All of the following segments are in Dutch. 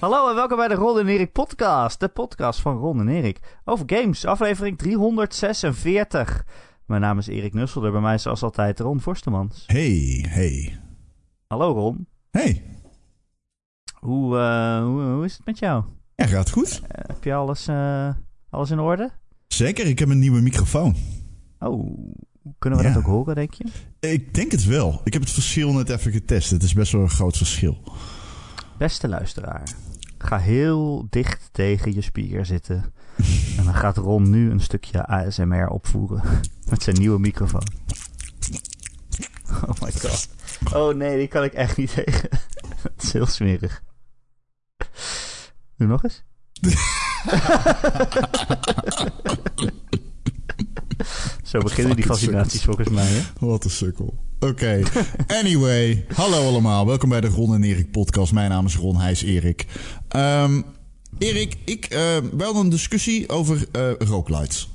Hallo en welkom bij de Ron en Erik podcast. De podcast van Ron en Erik. Over games, aflevering 346. Mijn naam is Erik Nusselder, bij mij is zoals altijd Ron Forstemans. Hey. Hallo Ron. Hey. Hoe is het met jou? Ja, gaat goed. Heb je alles in orde? Zeker, ik heb een nieuwe microfoon. Oh, kunnen we dat ook horen, denk je? Ik denk het wel. Ik heb het verschil net even getest. Het is best wel een groot verschil. Beste luisteraar, ga heel dicht tegen je speaker zitten. En dan gaat Ron nu een stukje ASMR opvoeren met zijn nieuwe microfoon. Oh my god. Oh nee, die kan ik echt niet tegen. Dat is heel smerig. Doe nog eens. Zo beginnen die fascinaties volgens mij, hè? Wat een sukkel. Oké. Anyway, hallo allemaal. Welkom bij de Ron en Erik podcast. Mijn naam is Ron, hij is Erik. Erik, we hadden een discussie over roguelites.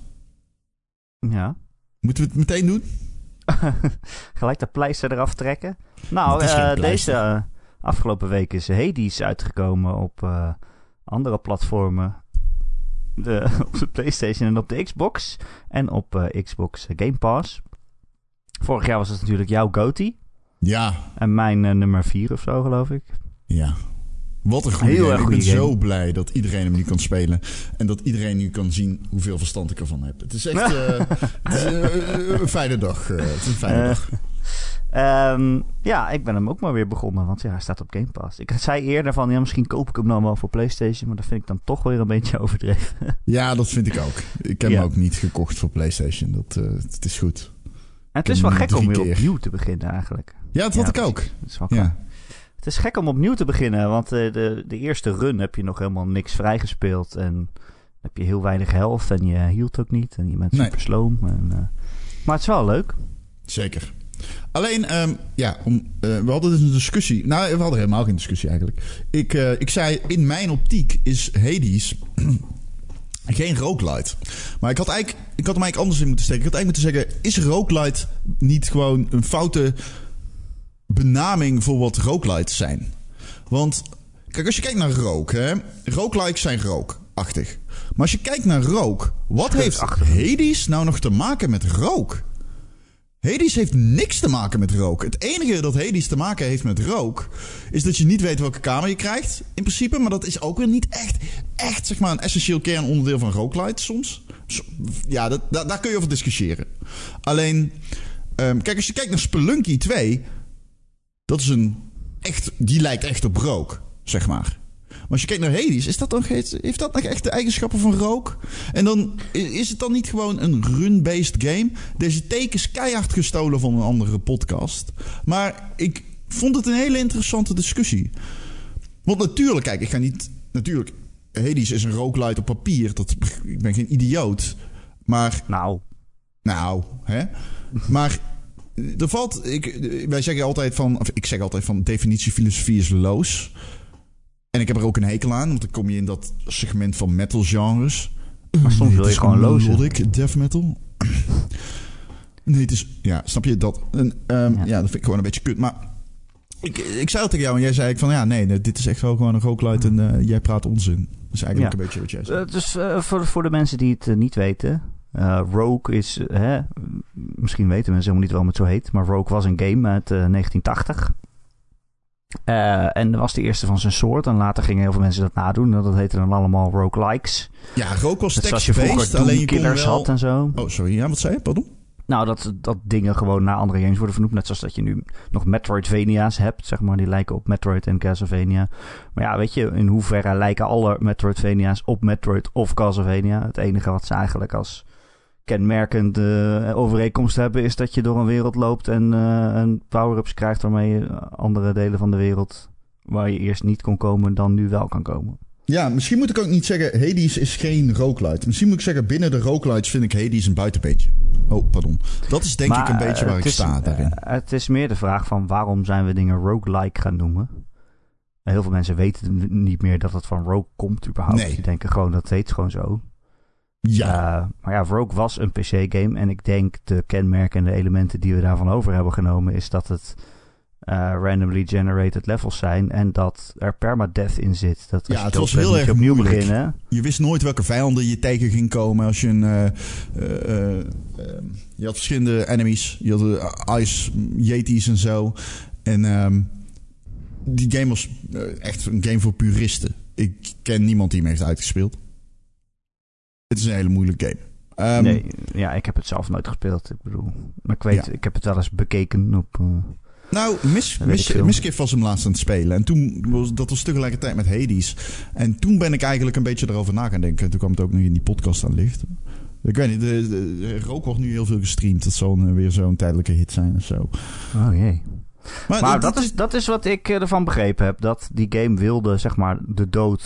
Ja. Moeten we het meteen doen? Gelijk de pleister eraf trekken. Nou, deze afgelopen week is Hades uitgekomen op andere platformen. Op de PlayStation en op de Xbox. En op Xbox Game Pass. Vorig jaar was het natuurlijk jouw GOTY. Ja. En mijn nummer 4 of zo, geloof ik. Ja. Wat een goede game. Ik ben zo blij dat iedereen hem nu kan spelen. En dat iedereen nu kan zien hoeveel verstand ik ervan heb. Het is echt een fijne dag. Het is een fijne dag. Ja, ik ben hem ook maar weer begonnen. Want ja, hij staat op Game Pass. Ik zei eerder van, ja, misschien koop ik hem dan wel voor PlayStation. Maar dat vind ik dan toch weer een beetje overdreven. Ja, dat vind ik ook. Ik heb hem ook niet gekocht voor PlayStation. Het is goed. En het is wel gek om weer opnieuw te beginnen eigenlijk. Ja, dat had ik ook. Het is wel Het is gek om opnieuw te beginnen. Want de eerste run heb je nog helemaal niks vrijgespeeld. En dan heb je heel weinig health. En je hield ook niet. En je bent super sloom. Maar het is wel leuk. Zeker. Alleen, we hadden dus een discussie. Nou, we hadden helemaal geen discussie eigenlijk. Ik zei, in mijn optiek is Hades geen roguelite. Maar ik had hem eigenlijk anders in moeten steken. Ik had eigenlijk moeten zeggen, is roguelite niet gewoon een foute benaming voor wat roguelites zijn? Want, kijk, als je kijkt naar rogue, hè. Roguelikes zijn rogue-achtig. Maar als je kijkt naar rogue, wat heeft Hades nou nog te maken met rogue? Hades heeft niks te maken met rook. Het enige dat Hades te maken heeft met rook is dat je niet weet welke kamer je krijgt, in principe. Maar dat is ook weer niet echt zeg maar een essentieel kernonderdeel van roguelite soms. Ja, daar kun je over discussiëren. Alleen, kijk, als je kijkt naar Spelunky 2, dat is die lijkt echt op rook, zeg maar. Maar als je kijkt naar Hades, heeft dat nog echt de eigenschappen van rook? En dan is het dan niet gewoon een run-based game? Deze take is keihard gestolen van een andere podcast. Maar ik vond het een hele interessante discussie. Want natuurlijk, kijk, natuurlijk, Hades is een roguelite op papier. Ik ben geen idioot. Maar... Nou, hè? Maar... Wij zeggen altijd van... Of ik zeg altijd van, definitiefilosofie is loos. En ik heb er ook een hekel aan, want dan kom je in dat segment van metal genres. Maar soms wil je gewoon lozen. Melodic death metal. Nee, het is... Ja, snap je dat? Ja, dat vind ik gewoon een beetje kut. Maar ik zei het tegen jou en jij zei van... Ja, nee, dit is echt wel gewoon een roguelite en jij praat onzin. Dat is eigenlijk een beetje wat jij zei. Dus voor de mensen die het niet weten... Rogue is... misschien weten mensen helemaal niet waarom het zo heet... maar Rogue was een game uit 1980... en dat was de eerste van zijn soort. En later gingen heel veel mensen dat nadoen. En dat heette dan allemaal roguelikes. Ja, Rogue was text-based. Zoals je vroeger Doom Killers had en zo. Oh, sorry. Ja, wat zei je? Pardon? Nou, dat dingen gewoon naar andere games worden vernoemd. Net zoals dat je nu nog Metroidvania's hebt, zeg maar. Die lijken op Metroid en Castlevania. Maar ja, weet je, in hoeverre lijken alle Metroidvania's op Metroid of Castlevania? Het enige wat ze eigenlijk als kenmerkende overeenkomst hebben... is dat je door een wereld loopt en power-ups krijgt... waarmee je andere delen van de wereld... waar je eerst niet kon komen, dan nu wel kan komen. Ja, misschien moet ik ook niet zeggen... Hades is geen roguelite. Misschien moet ik zeggen... binnen de roguelites vind ik Hades een buitenbeentje. Oh, pardon. Dat is denk ik een beetje waar ik sta daarin. Het is meer de vraag van... waarom zijn we dingen roguelike gaan noemen? Heel veel mensen weten niet meer dat het van rogue komt überhaupt. Nee. Die denken gewoon, dat heet gewoon zo. Ja. Maar ja, Rogue was een PC-game. En ik denk de kenmerkende elementen die we daarvan over hebben genomen... is dat het randomly generated levels zijn en dat er permadeath in zit. Dat als het je was heel erg opnieuw moeilijk. beginnen. Je wist nooit welke vijanden je tegen ging komen als je je had verschillende enemies. Je had ice yetis en zo. En die game was echt een game voor puristen. Ik ken niemand die hem heeft uitgespeeld. Het is een hele moeilijke game. Nee, ja, ik heb het zelf nooit gespeeld. Ik bedoel, maar ik weet, ik heb het wel eens bekeken op... Nou, Miskiff was hem laatst aan het spelen. En toen dat was tegelijkertijd met Hades. En toen ben ik eigenlijk een beetje erover na gaan denken. En toen kwam het ook nog in die podcast aan licht. Ik weet niet, de Rook wordt nu heel veel gestreamd. Dat zal weer zo'n tijdelijke hit zijn of zo. Oh jee. Maar dat is wat ik ervan begrepen heb. Dat die game wilde, zeg maar, de dood...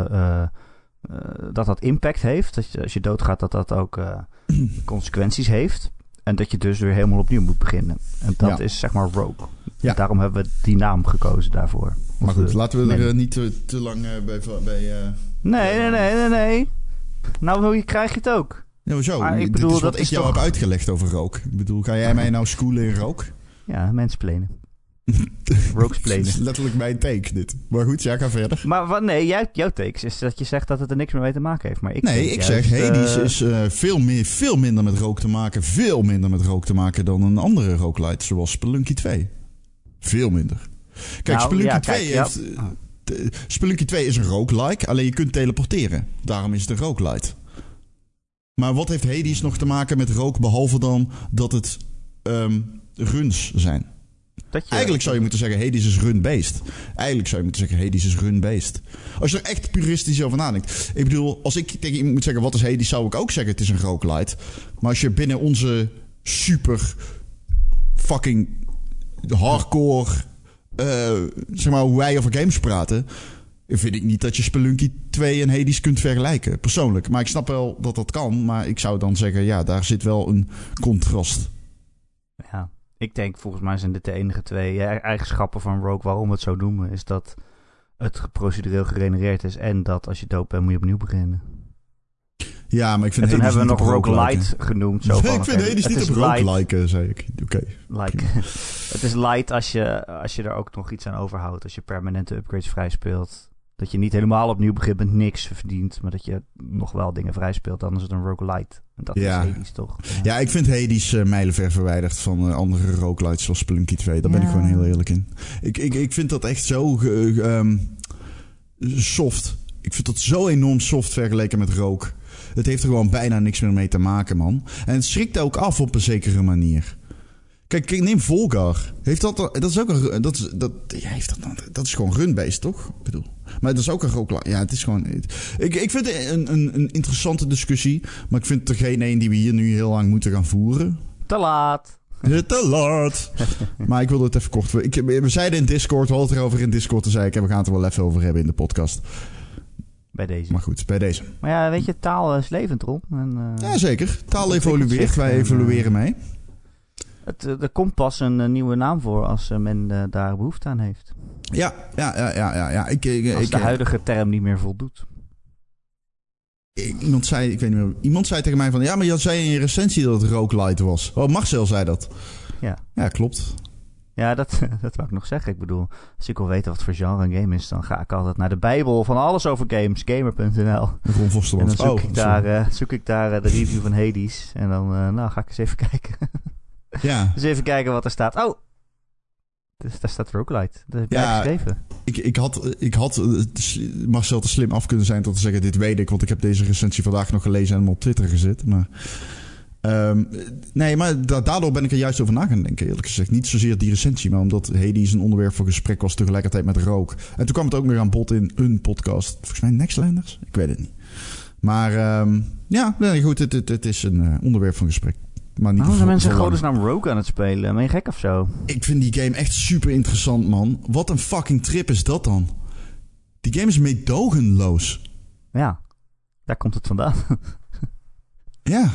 dat impact heeft. Dat als je doodgaat, dat ook consequenties heeft. En dat je dus weer helemaal opnieuw moet beginnen. En dat is, zeg maar, Rogue. Ja. En daarom hebben we die naam gekozen daarvoor. Maar goed, laten we er niet te lang bij Nee. Nou, hoe krijg je het ook? Ja, zo. Maar ik bedoel, dit is wat ik jou heb uitgelegd over rook. Ik bedoel, ga jij mij nou schoolen in rook? Ja, mensplenen. Roguesplenen. Dat is letterlijk mijn take, dit. Maar goed, ja, ga verder. Maar jouw take is dat je zegt dat het er niks meer mee te maken heeft. Maar ik zeg, Hades is veel minder met rook te maken. Veel minder met rook te maken dan een andere roguelite, zoals Spelunky 2. Veel minder. Kijk, Spelunky 2 heeft... Spelunky 2 is een roguelike, alleen je kunt teleporteren. Daarom is het een roguelite. Maar wat heeft Hades nog te maken met rook, behalve dan dat het runs zijn? Eigenlijk zou je moeten zeggen, Hades is run-based. Hades is run-based. Als je er echt puristisch over nadenkt. Ik bedoel, als ik tegen iemand moet zeggen, wat is Hades, zou ik ook zeggen, het is een roguelite. Maar als je binnen onze super fucking hardcore, zeg maar, hoe wij over games praten, vind ik niet dat je Spelunky 2 en Hades kunt vergelijken, persoonlijk. Maar ik snap wel dat dat kan, maar ik zou dan zeggen, ja, daar zit wel een contrast. Ja. Ik denk, volgens mij zijn dit de enige twee eigenschappen van Rogue waarom we het zo noemen. Is dat het procedureel gegenereerd is en dat als je dood bent moet je opnieuw beginnen. Ja, maar ik vind en toen hebben we nog Roguelite genoemd. Zo ik vind Hades niet op roguelike, zei ik. Oké. Het is light als je er ook nog iets aan overhoudt. Als je permanente upgrades vrijspeelt. Dat je niet helemaal opnieuw begint met niks verdient. Maar dat je nog wel dingen vrijspeelt. Dan is het een roguelite. En dat is Hades toch? Ja, ik vind Hades mijlenver verwijderd van andere roguelites zoals Spelunky 2. Daar ben ik gewoon heel eerlijk in. Ik vind dat echt zo soft. Ik vind dat zo enorm soft vergeleken met Rogue. Het heeft er gewoon bijna niks meer mee te maken, man. En het schrikt ook af op een zekere manier. Kijk, neem Volgar. Heeft dat is ook een... Dat is gewoon run-based, toch? Ik bedoel... Maar dat is ook een roguelike. Ja, het is gewoon... Ik vind het een interessante discussie. Maar ik vind het er geen een die we hier nu heel lang moeten gaan voeren. Te laat. Te laat. Maar ik wilde het even kort... We zeiden in Discord, we hadden het erover in Discord. Toen zei ik, we gaan het er wel even over hebben in de podcast. Bij deze. Maar goed, bij deze. Maar ja, weet je, taal is levend, Ron. Ja, zeker. Taal evolueert. Wij evolueren mee. Er komt pas een nieuwe naam voor als men daar behoefte aan heeft. Ja. Als de huidige term niet meer voldoet. Iemand zei tegen mij van... Ja, maar je zei in je recensie dat het roguelite was. Oh, Marcel zei dat. Ja, klopt. Ja, dat wou ik nog zeggen. Ik bedoel, als ik wil weten wat voor genre een game is... dan ga ik altijd naar de Bijbel van alles over games. Gamer.nl. En dan zoek ik daar de review van Hades. En dan ga ik eens even kijken. Ja. Dus even kijken wat er staat. Oh! Dus daar staat roguelite. Dat heb jij geschreven. Ik had Marcel te slim af kunnen zijn tot te zeggen... dit weet ik, want ik heb deze recensie vandaag nog gelezen... en hem op Twitter gezet. Maar nee, maar daardoor ben ik er juist over na gaan denken. Eerlijk gezegd, niet zozeer die recensie... maar omdat Hades een onderwerp voor gesprek was... tegelijkertijd met rook. En toen kwam het ook nog aan bod in een podcast. Volgens mij Nextlanders? Ik weet het niet. Maar goed, het is een onderwerp van gesprek. Maar niet zijn mensen godesnaam Rogue aan het spelen? Ben je gek of zo? Ik vind die game echt super interessant, man. Wat een fucking trip is dat dan? Die game is meedogenloos. Ja, daar komt het vandaan. Ja.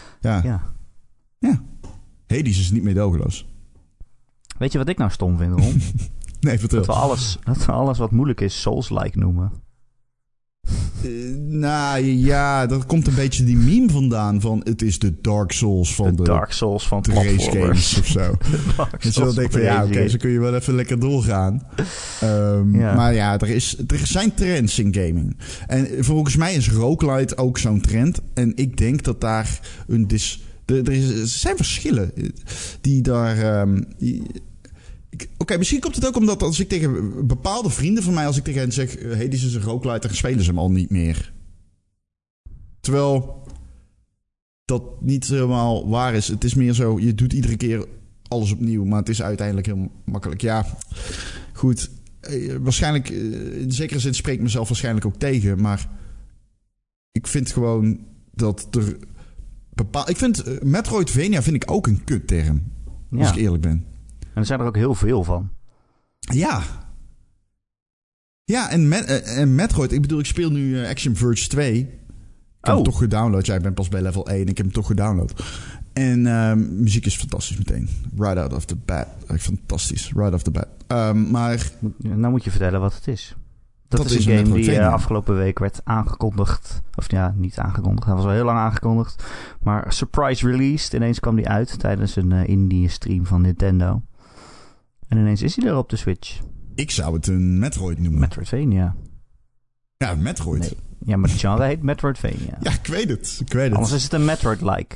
Hades is niet meedogenloos. Weet je wat ik nou stom vind, Ron? Nee, vertel. Dat we alles wat moeilijk is Souls-like noemen. Nou ja, daar komt een beetje die meme vandaan van het is de Dark Souls van de Dark Souls van de race games of zo. Dus dan denk ik van ja, oké, zo kun je wel even lekker doorgaan. Maar ja, er zijn trends in gaming. En volgens mij is roguelite ook zo'n trend. En ik denk dat daar er zijn verschillen die daar... Oké, misschien komt het ook omdat als ik tegen bepaalde vrienden van mij, als ik tegen hen zeg, hey, dit is een roguelite, dan spelen ze hem al niet meer. Terwijl dat niet helemaal waar is. Het is meer zo, je doet iedere keer alles opnieuw, maar het is uiteindelijk heel makkelijk. Ja, goed. Waarschijnlijk, in zekere zin spreek ik mezelf waarschijnlijk ook tegen, maar ik vind gewoon dat er ik vind Metroidvania vind ik ook een kutterm, als ik eerlijk ben. En er zijn er ook heel veel van. Ja. Ja, en Metroid, ik bedoel, ik speel nu Action Verge 2. Ik heb hem toch gedownload. Ja, ik ben pas bij level 1. Ik heb hem toch gedownload. En muziek is fantastisch meteen. Right out of the bat. Fantastisch. Right off the bat. Maar... Nou moet je vertellen wat het is. Dat is een game die afgelopen week werd aangekondigd. Of ja, niet aangekondigd. Hij was al heel lang aangekondigd. Maar surprise released. Ineens kwam die uit tijdens een indie stream van Nintendo. En ineens is hij er op de Switch. Ik zou het een Metroid noemen. Metroidvania. Ja, Metroid. Nee. Ja, maar het genre heet Metroidvania. Ja, ik weet het. Anders is het een Metroid-like.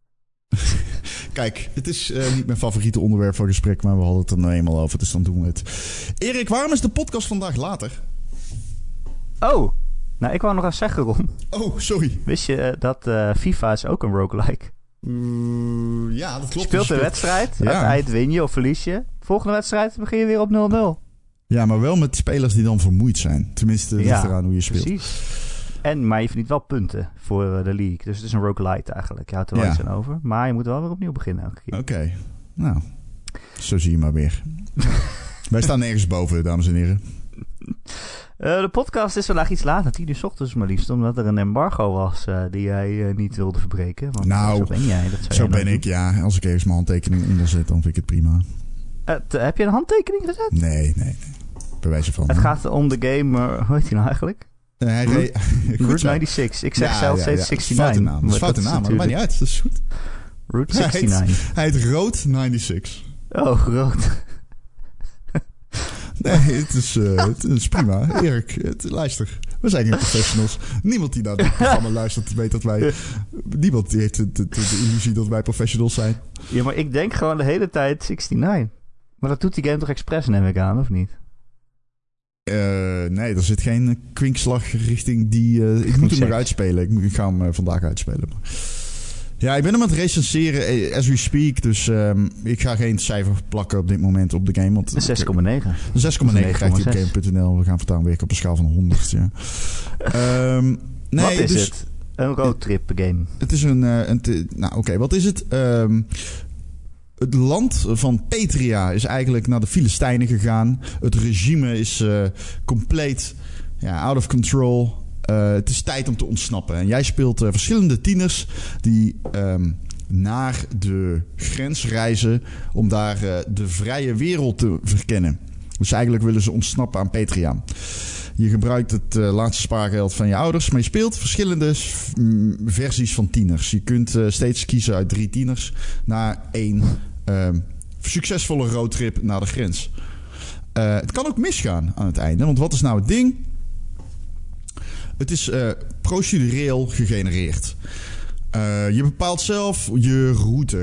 Kijk, het is niet mijn favoriete onderwerp van gesprek, maar we hadden het er nou eenmaal over, dus dan doen we het. Erik, waarom is de podcast vandaag later? Oh, nou ik wou nog eens zeggen, Ron. Oh, sorry. Wist je dat FIFA is ook een roguelike? Ja, dat klopt. Je speelt een wedstrijd, uiteindelijk win je of verlies je. Volgende wedstrijd begin je weer op 0-0. Ja, maar wel met spelers die dan vermoeid zijn. Tenminste, ligt eraan hoe je speelt. Precies. Maar je verdient wel punten voor de league. Dus het is een roguelite eigenlijk. Je houdt er wel iets aan over. Maar je moet wel weer opnieuw beginnen elke keer. Oké. Nou, zo zie je maar weer. Wij staan nergens boven, dames en heren. De podcast is vandaag iets later, 10:00 's ochtends maar liefst, omdat er een embargo was die jij niet wilde verbreken. Want zo ben jij. Zo ben ik, ja. Als ik ergens mijn handtekening onder zet, dan vind ik het prima. Heb je een handtekening gezet? Nee. Bij wijze van. Het gaat om de game, hoe heet die nou eigenlijk? Route 96. Ik zeg zelfs steeds 69. Foute naam, maar dat maakt niet uit. Dat is goed. Route 69. Hij heet Road 96. Oh, rood. Nee, het is prima. Erik, luister. We zijn geen professionals. Niemand die naar dit programma luistert weet dat wij... Niemand die heeft de illusie dat wij professionals zijn. Ja, maar ik denk gewoon de hele tijd 69. Maar dat doet die game toch expres, neem ik aan, of niet? Nee, er zit geen kwinkslag richting die... ik moet hem nog uitspelen. Ik ga hem vandaag uitspelen. Ja, ik ben hem aan het recenseren as we speak. Dus ik ga geen cijfer plakken op dit moment op de game. 6,9. 6,9 krijgt hij op game.nl. We gaan voortaan weer op een schaal van 100. Ja. Wat is het? Een roadtrip game. Het is wat is het? Het land van Petria is eigenlijk naar de Filistijnen gegaan. Het regime is compleet out of control. Het is tijd om te ontsnappen. En jij speelt verschillende tieners die naar de grens reizen om daar de vrije wereld te verkennen. Dus eigenlijk willen ze ontsnappen aan Petria. Je gebruikt het laatste spaargeld van je ouders, maar je speelt verschillende versies van tieners. Je kunt steeds kiezen uit 3 tieners naar 1 succesvolle roadtrip naar de grens. Het kan ook misgaan aan het einde, want wat is nou het ding? Het is procedureel gegenereerd. Je bepaalt zelf je route.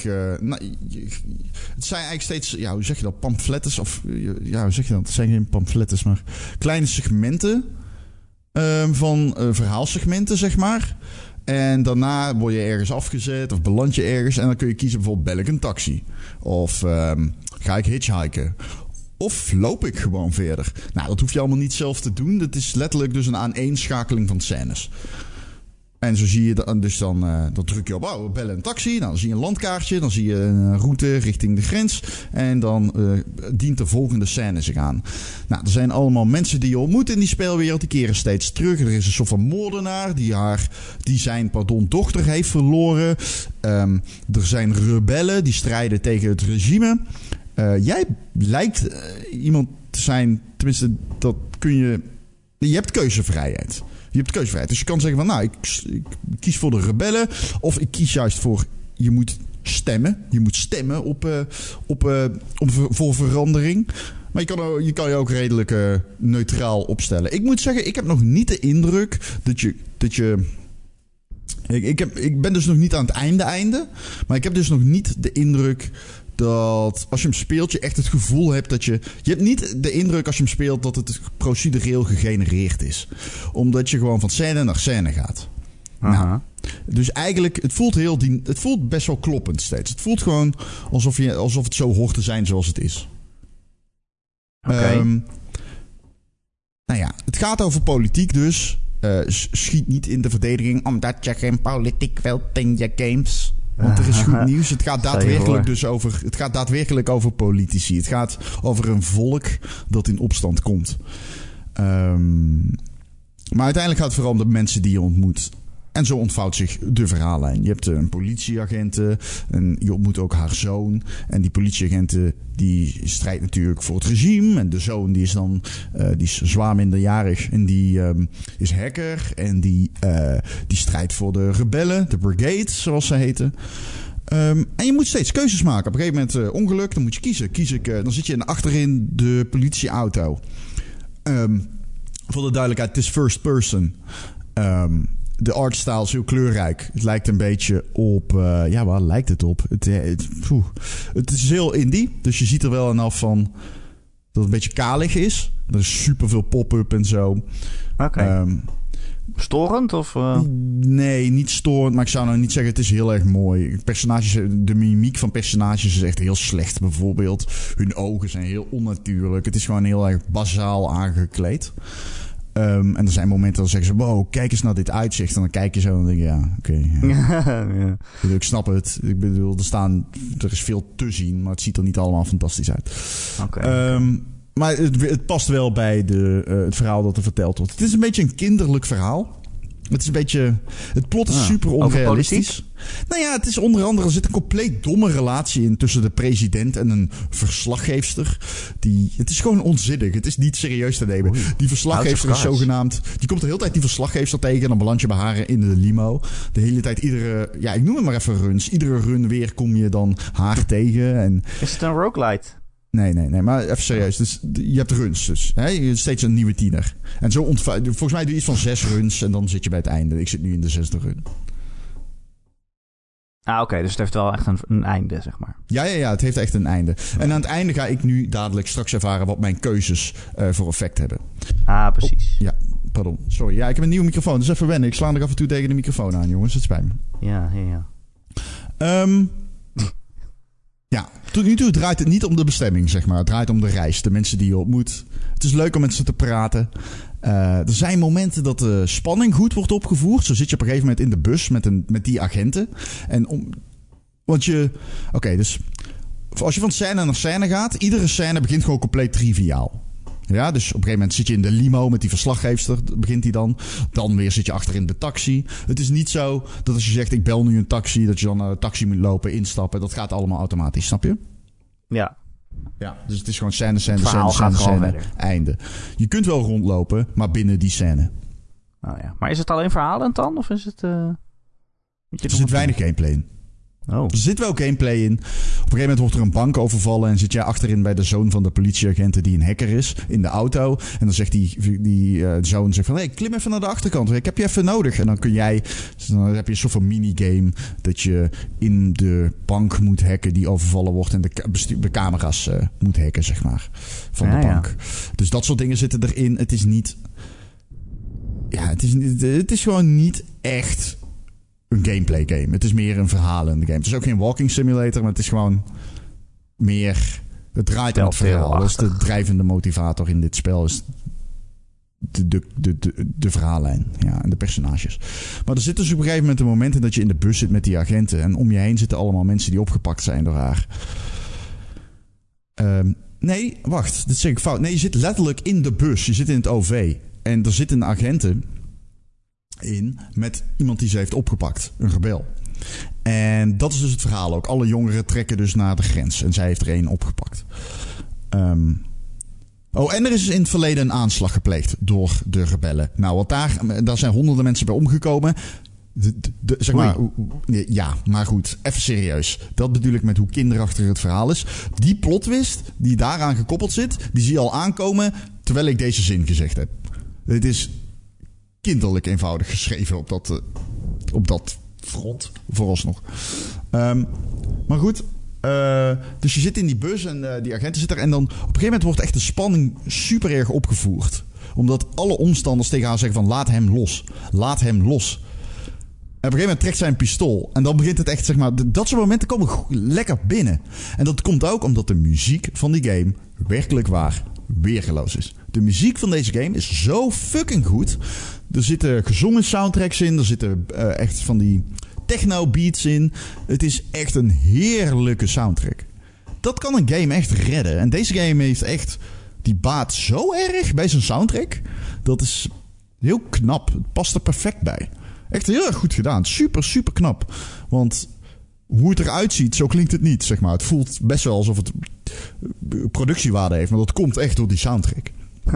Het zijn eigenlijk steeds, hoe zeg je dat, pamflettes? Of hoe zeg je dat? Het zijn geen pamflettes, maar kleine segmenten van verhaalsegmenten, zeg maar. En daarna word je ergens afgezet of beland je ergens. En dan kun je kiezen bijvoorbeeld, bel ik een taxi? Of ga ik hitchhiken? Of loop ik gewoon verder? Nou, dat hoef je allemaal niet zelf te doen. Dat is letterlijk dus een aaneenschakeling van scènes. En zo zie je dan druk je op, bellen een taxi. Dan zie je een landkaartje. Dan zie je een route richting de grens. En dan dient de volgende scène zich aan. Nou, er zijn allemaal mensen die je ontmoet in die speelwereld. Die keren steeds terug. Er is een soort van moordenaar die zijn dochter heeft verloren. Er zijn rebellen die strijden tegen het regime. Jij lijkt iemand te zijn, tenminste, dat kun je... Je hebt keuzevrijheid. Je hebt keuzevrijheid. Dus je kan zeggen van, nou, ik kies voor de rebellen. Of ik kies juist voor, je moet stemmen. Je moet stemmen voor verandering. Maar je kan je ook redelijk neutraal opstellen. Ik moet zeggen, ik heb nog niet de indruk dat je ik ben dus nog niet aan het einde. Maar ik heb dus nog niet de indruk dat als je hem speelt, je echt het gevoel hebt dat je hebt niet de indruk als je hem speelt dat het procedureel gegenereerd is. Omdat je gewoon van scène naar scène gaat. Nou, dus eigenlijk, het voelt best wel kloppend steeds. Het voelt gewoon alsof het zo hoort te zijn zoals het is. Okay. Nou ja, het gaat over politiek dus. Schiet niet in de verdediging omdat je geen politiek wilt in je games. Want er is goed nieuws. Het gaat daadwerkelijk over politici. Het gaat over een volk dat in opstand komt. Maar uiteindelijk gaat het vooral om de mensen die je ontmoet. En zo ontvouwt zich de verhaallijn. Je hebt een politieagente en je ontmoet ook haar zoon. En die politieagente die strijdt natuurlijk voor het regime. En de zoon die is zwaar minderjarig en die is hacker. En die strijdt voor de rebellen, de brigade zoals ze heten. En je moet steeds keuzes maken. Op een gegeven moment ongeluk, dan moet je kiezen. Dan zit je achterin de politieauto. Voor de duidelijkheid, het is first person. De artstyle is heel kleurrijk. Het lijkt een beetje op... waar lijkt het op? Het is heel indie. Dus je ziet er wel aan af van dat het een beetje kalig is. Er is superveel pop-up en zo. Oké. Storend? Of, Nee, niet storend. Maar ik zou nou niet zeggen, het is heel erg mooi. De mimiek van personages is echt heel slecht. Bijvoorbeeld, hun ogen zijn heel onnatuurlijk. Het is gewoon heel erg bazaal aangekleed. En er zijn momenten dan zeggen ze, wow, kijk eens naar dit uitzicht. En dan kijk je zo en dan denk je, ja, oké. Ja. Ik snap het. Ik bedoel, er is veel te zien, maar het ziet er niet allemaal fantastisch uit. Maar het past wel bij het verhaal dat er verteld wordt. Het is een beetje een kinderlijk verhaal. Het plot is super onrealistisch. Nou ja, het is onder andere, er zit een compleet domme relatie in tussen de president en een verslaggeefster. Het is gewoon onzinnig. Het is niet serieus te nemen. Die verslaggeefster is zogenaamd... Die komt de hele tijd die verslaggeefster tegen en dan beland je bij haar in de limo. De hele tijd ik noem het maar even runs. Iedere run weer kom je dan haar tegen. En... Is het een roguelite? Nee, maar even serieus. Dus, je hebt runs dus. Hè? Je bent steeds een nieuwe tiener. En zo volgens mij doe je iets van 6 runs en dan zit je bij het einde. Ik zit nu in de 6e run. Oké, dus het heeft wel echt een einde, zeg maar. Ja, het heeft echt een einde. En aan het einde ga ik nu dadelijk straks ervaren wat mijn keuzes voor effect hebben. Precies. Pardon. Sorry. Ja, ik heb een nieuwe microfoon, dus even wennen. Ik sla er af en toe tegen de microfoon aan, jongens. Het spijt me. Ja. Ja, tot nu toe draait het niet om de bestemming, zeg maar. Het draait om de reis, de mensen die je ontmoet. Het is leuk om met ze te praten. Er zijn momenten dat de spanning goed wordt opgevoerd. Zo zit je op een gegeven moment in de bus met die agenten. Dus als je van scène naar scène gaat, iedere scène begint gewoon compleet triviaal. Ja, dus op een gegeven moment zit je in de limo met die verslaggeefster, begint die dan. Dan weer zit je achter in de taxi. Het is niet zo dat als je zegt, ik bel nu een taxi, dat je dan naar de taxi moet lopen, instappen. Dat gaat allemaal automatisch, snap je? Ja. Ja, dus het is gewoon scène, einde. Je kunt wel rondlopen, maar binnen die scène. Oh ja. Maar is het alleen verhalend dan? Of is het... Er zit weinig gameplay in. Oh. Er zit wel gameplay in. Op een gegeven moment wordt er een bank overvallen en zit jij achterin bij de zoon van de politieagenten die een hacker is in de auto. En dan zegt die zoon van, hey, klim even naar de achterkant. Ik heb je even nodig. En dan dan heb je een soort van minigame dat je in de bank moet hacken die overvallen wordt en de camera's moet hacken, zeg maar, van de bank. Ja. Dus dat soort dingen zitten erin. Het is niet... Ja, het is gewoon niet echt... een gameplay game. Het is meer een verhalende game. Het is ook geen walking simulator, maar het is gewoon meer... Het draait om het verhaal. Dat is de drijvende motivator in dit spel. Is de verhaallijn. Ja, en de personages. Maar er zit dus op een gegeven moment een moment in dat je in de bus zit met die agenten. En om je heen zitten allemaal mensen die opgepakt zijn door haar. Nee, wacht. Dit zeg ik fout. Nee, je zit letterlijk in de bus. Je zit in het OV. En er zitten agenten in met iemand die ze heeft opgepakt. Een rebel. En dat is dus het verhaal ook. Alle jongeren trekken dus naar de grens. En zij heeft er één opgepakt. Oh, en er is in het verleden een aanslag gepleegd door de rebellen. Nou, want daar zijn honderden mensen bij omgekomen. Zeg maar, ja, maar goed, even serieus. Dat bedoel ik met hoe kinderachtig het verhaal is. Die plotwist die daaraan gekoppeld zit, die zie je al aankomen terwijl ik deze zin gezegd heb. Het is kinderlijk eenvoudig geschreven op dat front, vooralsnog. Maar goed, dus je zit in die bus en die agenten zitten er. En dan op een gegeven moment wordt echt de spanning super erg opgevoerd. Omdat alle omstanders tegen haar zeggen van laat hem los. Laat hem los. En op een gegeven moment trekt zij een pistool. En dan begint het echt, zeg maar, dat soort momenten komen lekker binnen. En dat komt ook omdat de muziek van die game werkelijk waar weergeloos is. De muziek van deze game is zo fucking goed. Er zitten gezongen soundtracks in. Er zitten echt van die techno beats in. Het is echt een heerlijke soundtrack. Dat kan een game echt redden. En deze game heeft echt, die baat zo erg bij zijn soundtrack. Dat is heel knap. Het past er perfect bij. Echt heel erg goed gedaan. Super, super knap. Want hoe het eruit ziet, zo klinkt het niet, zeg maar. Het voelt best wel alsof het productiewaarde heeft. Maar dat komt echt door die soundtrack.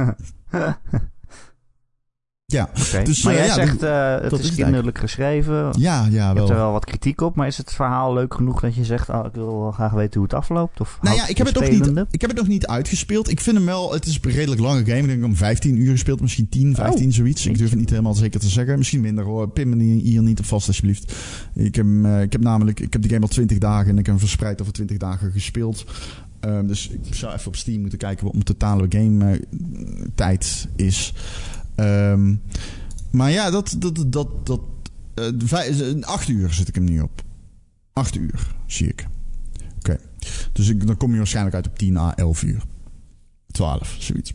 Ja. Okay. Dus, maar jij zegt, het is kinderlijk geschreven. Ja, wel. Je hebt er wel wat kritiek op. Maar is het verhaal leuk genoeg dat je zegt, ik wil wel graag weten hoe het afloopt? Of nou ja, ik heb het nog niet uitgespeeld. Ik vind hem wel, het is een redelijk lange game. Ik denk om 15 uur gespeeld. Misschien 10, 15, zoiets. Ik durf het niet helemaal zeker te zeggen. Misschien minder hoor. Pin me hier niet op vast alsjeblieft. Ik heb de game al 20 dagen en ik heb hem verspreid over 20 dagen gespeeld. Dus ik zou even op Steam moeten kijken wat mijn totale game tijd is. Maar ja, 8 uur zit ik hem nu op. 8 uur, zie ik. Oké. Dus dan kom je waarschijnlijk uit op 10 à 11 uur. 12, zoiets.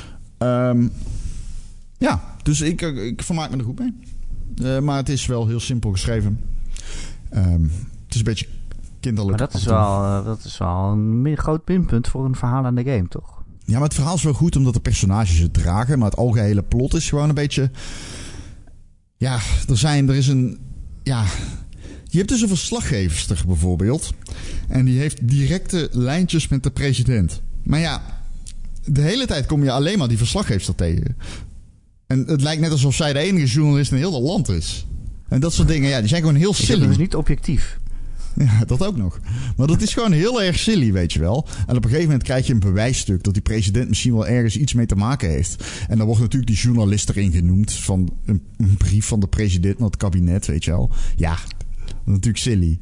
Ja, dus ik vermaak me er goed mee. Maar het is wel heel simpel geschreven. Het is een beetje kinderlijk. Maar dat is wel een groot minpunt voor een verhaal aan de game, toch? Ja, maar het verhaal is wel goed omdat de personages het dragen. Maar het algehele plot is gewoon een beetje... Ja, er is een... Ja, je hebt dus een verslaggeefster bijvoorbeeld. En die heeft directe lijntjes met de president. Maar ja, de hele tijd kom je alleen maar die verslaggeefster tegen. En het lijkt net alsof zij de enige journalist in heel het land is. En dat soort dingen, ja, die zijn gewoon heel silly. Dat is niet objectief. Ja, dat ook nog. Maar dat is gewoon heel erg silly, weet je wel. En op een gegeven moment krijg je een bewijsstuk dat die president misschien wel ergens iets mee te maken heeft. En dan wordt natuurlijk die journalist erin genoemd van een brief van de president naar het kabinet, weet je wel. Ja, natuurlijk silly.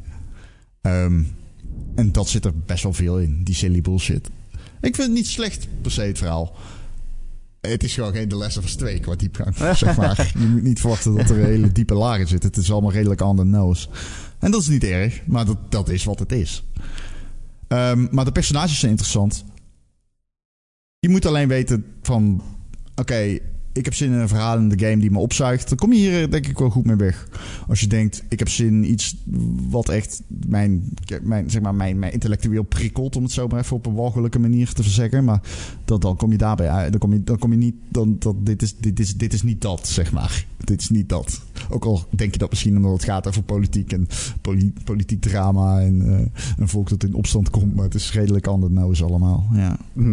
En dat zit er best wel veel in, die silly bullshit. Ik vind het niet slecht per se, het verhaal. Het is gewoon geen The Last of Us 2 qua diepgang, zeg maar. Je moet niet verwachten dat er een hele diepe lagen zit. Het is allemaal redelijk on the nose. En dat is niet erg, maar dat is wat het is. Maar de personages zijn interessant. Je moet alleen weten van... Oké, ik heb zin in een verhaal in de game die me opzuigt. Dan kom je hier denk ik wel goed mee weg. Als je denkt, ik heb zin in iets wat echt mijn intellectueel prikkelt. Om het zo maar even op een walgelijke manier te verzeggen. Maar dan kom je daarbij uit. Dan kom je niet... Dit is niet dat, zeg maar. Dit is niet dat. Ook al denk je dat misschien omdat het gaat over politiek en politiek drama en een volk dat in opstand komt. Maar het is redelijk anders nou is allemaal. Ja.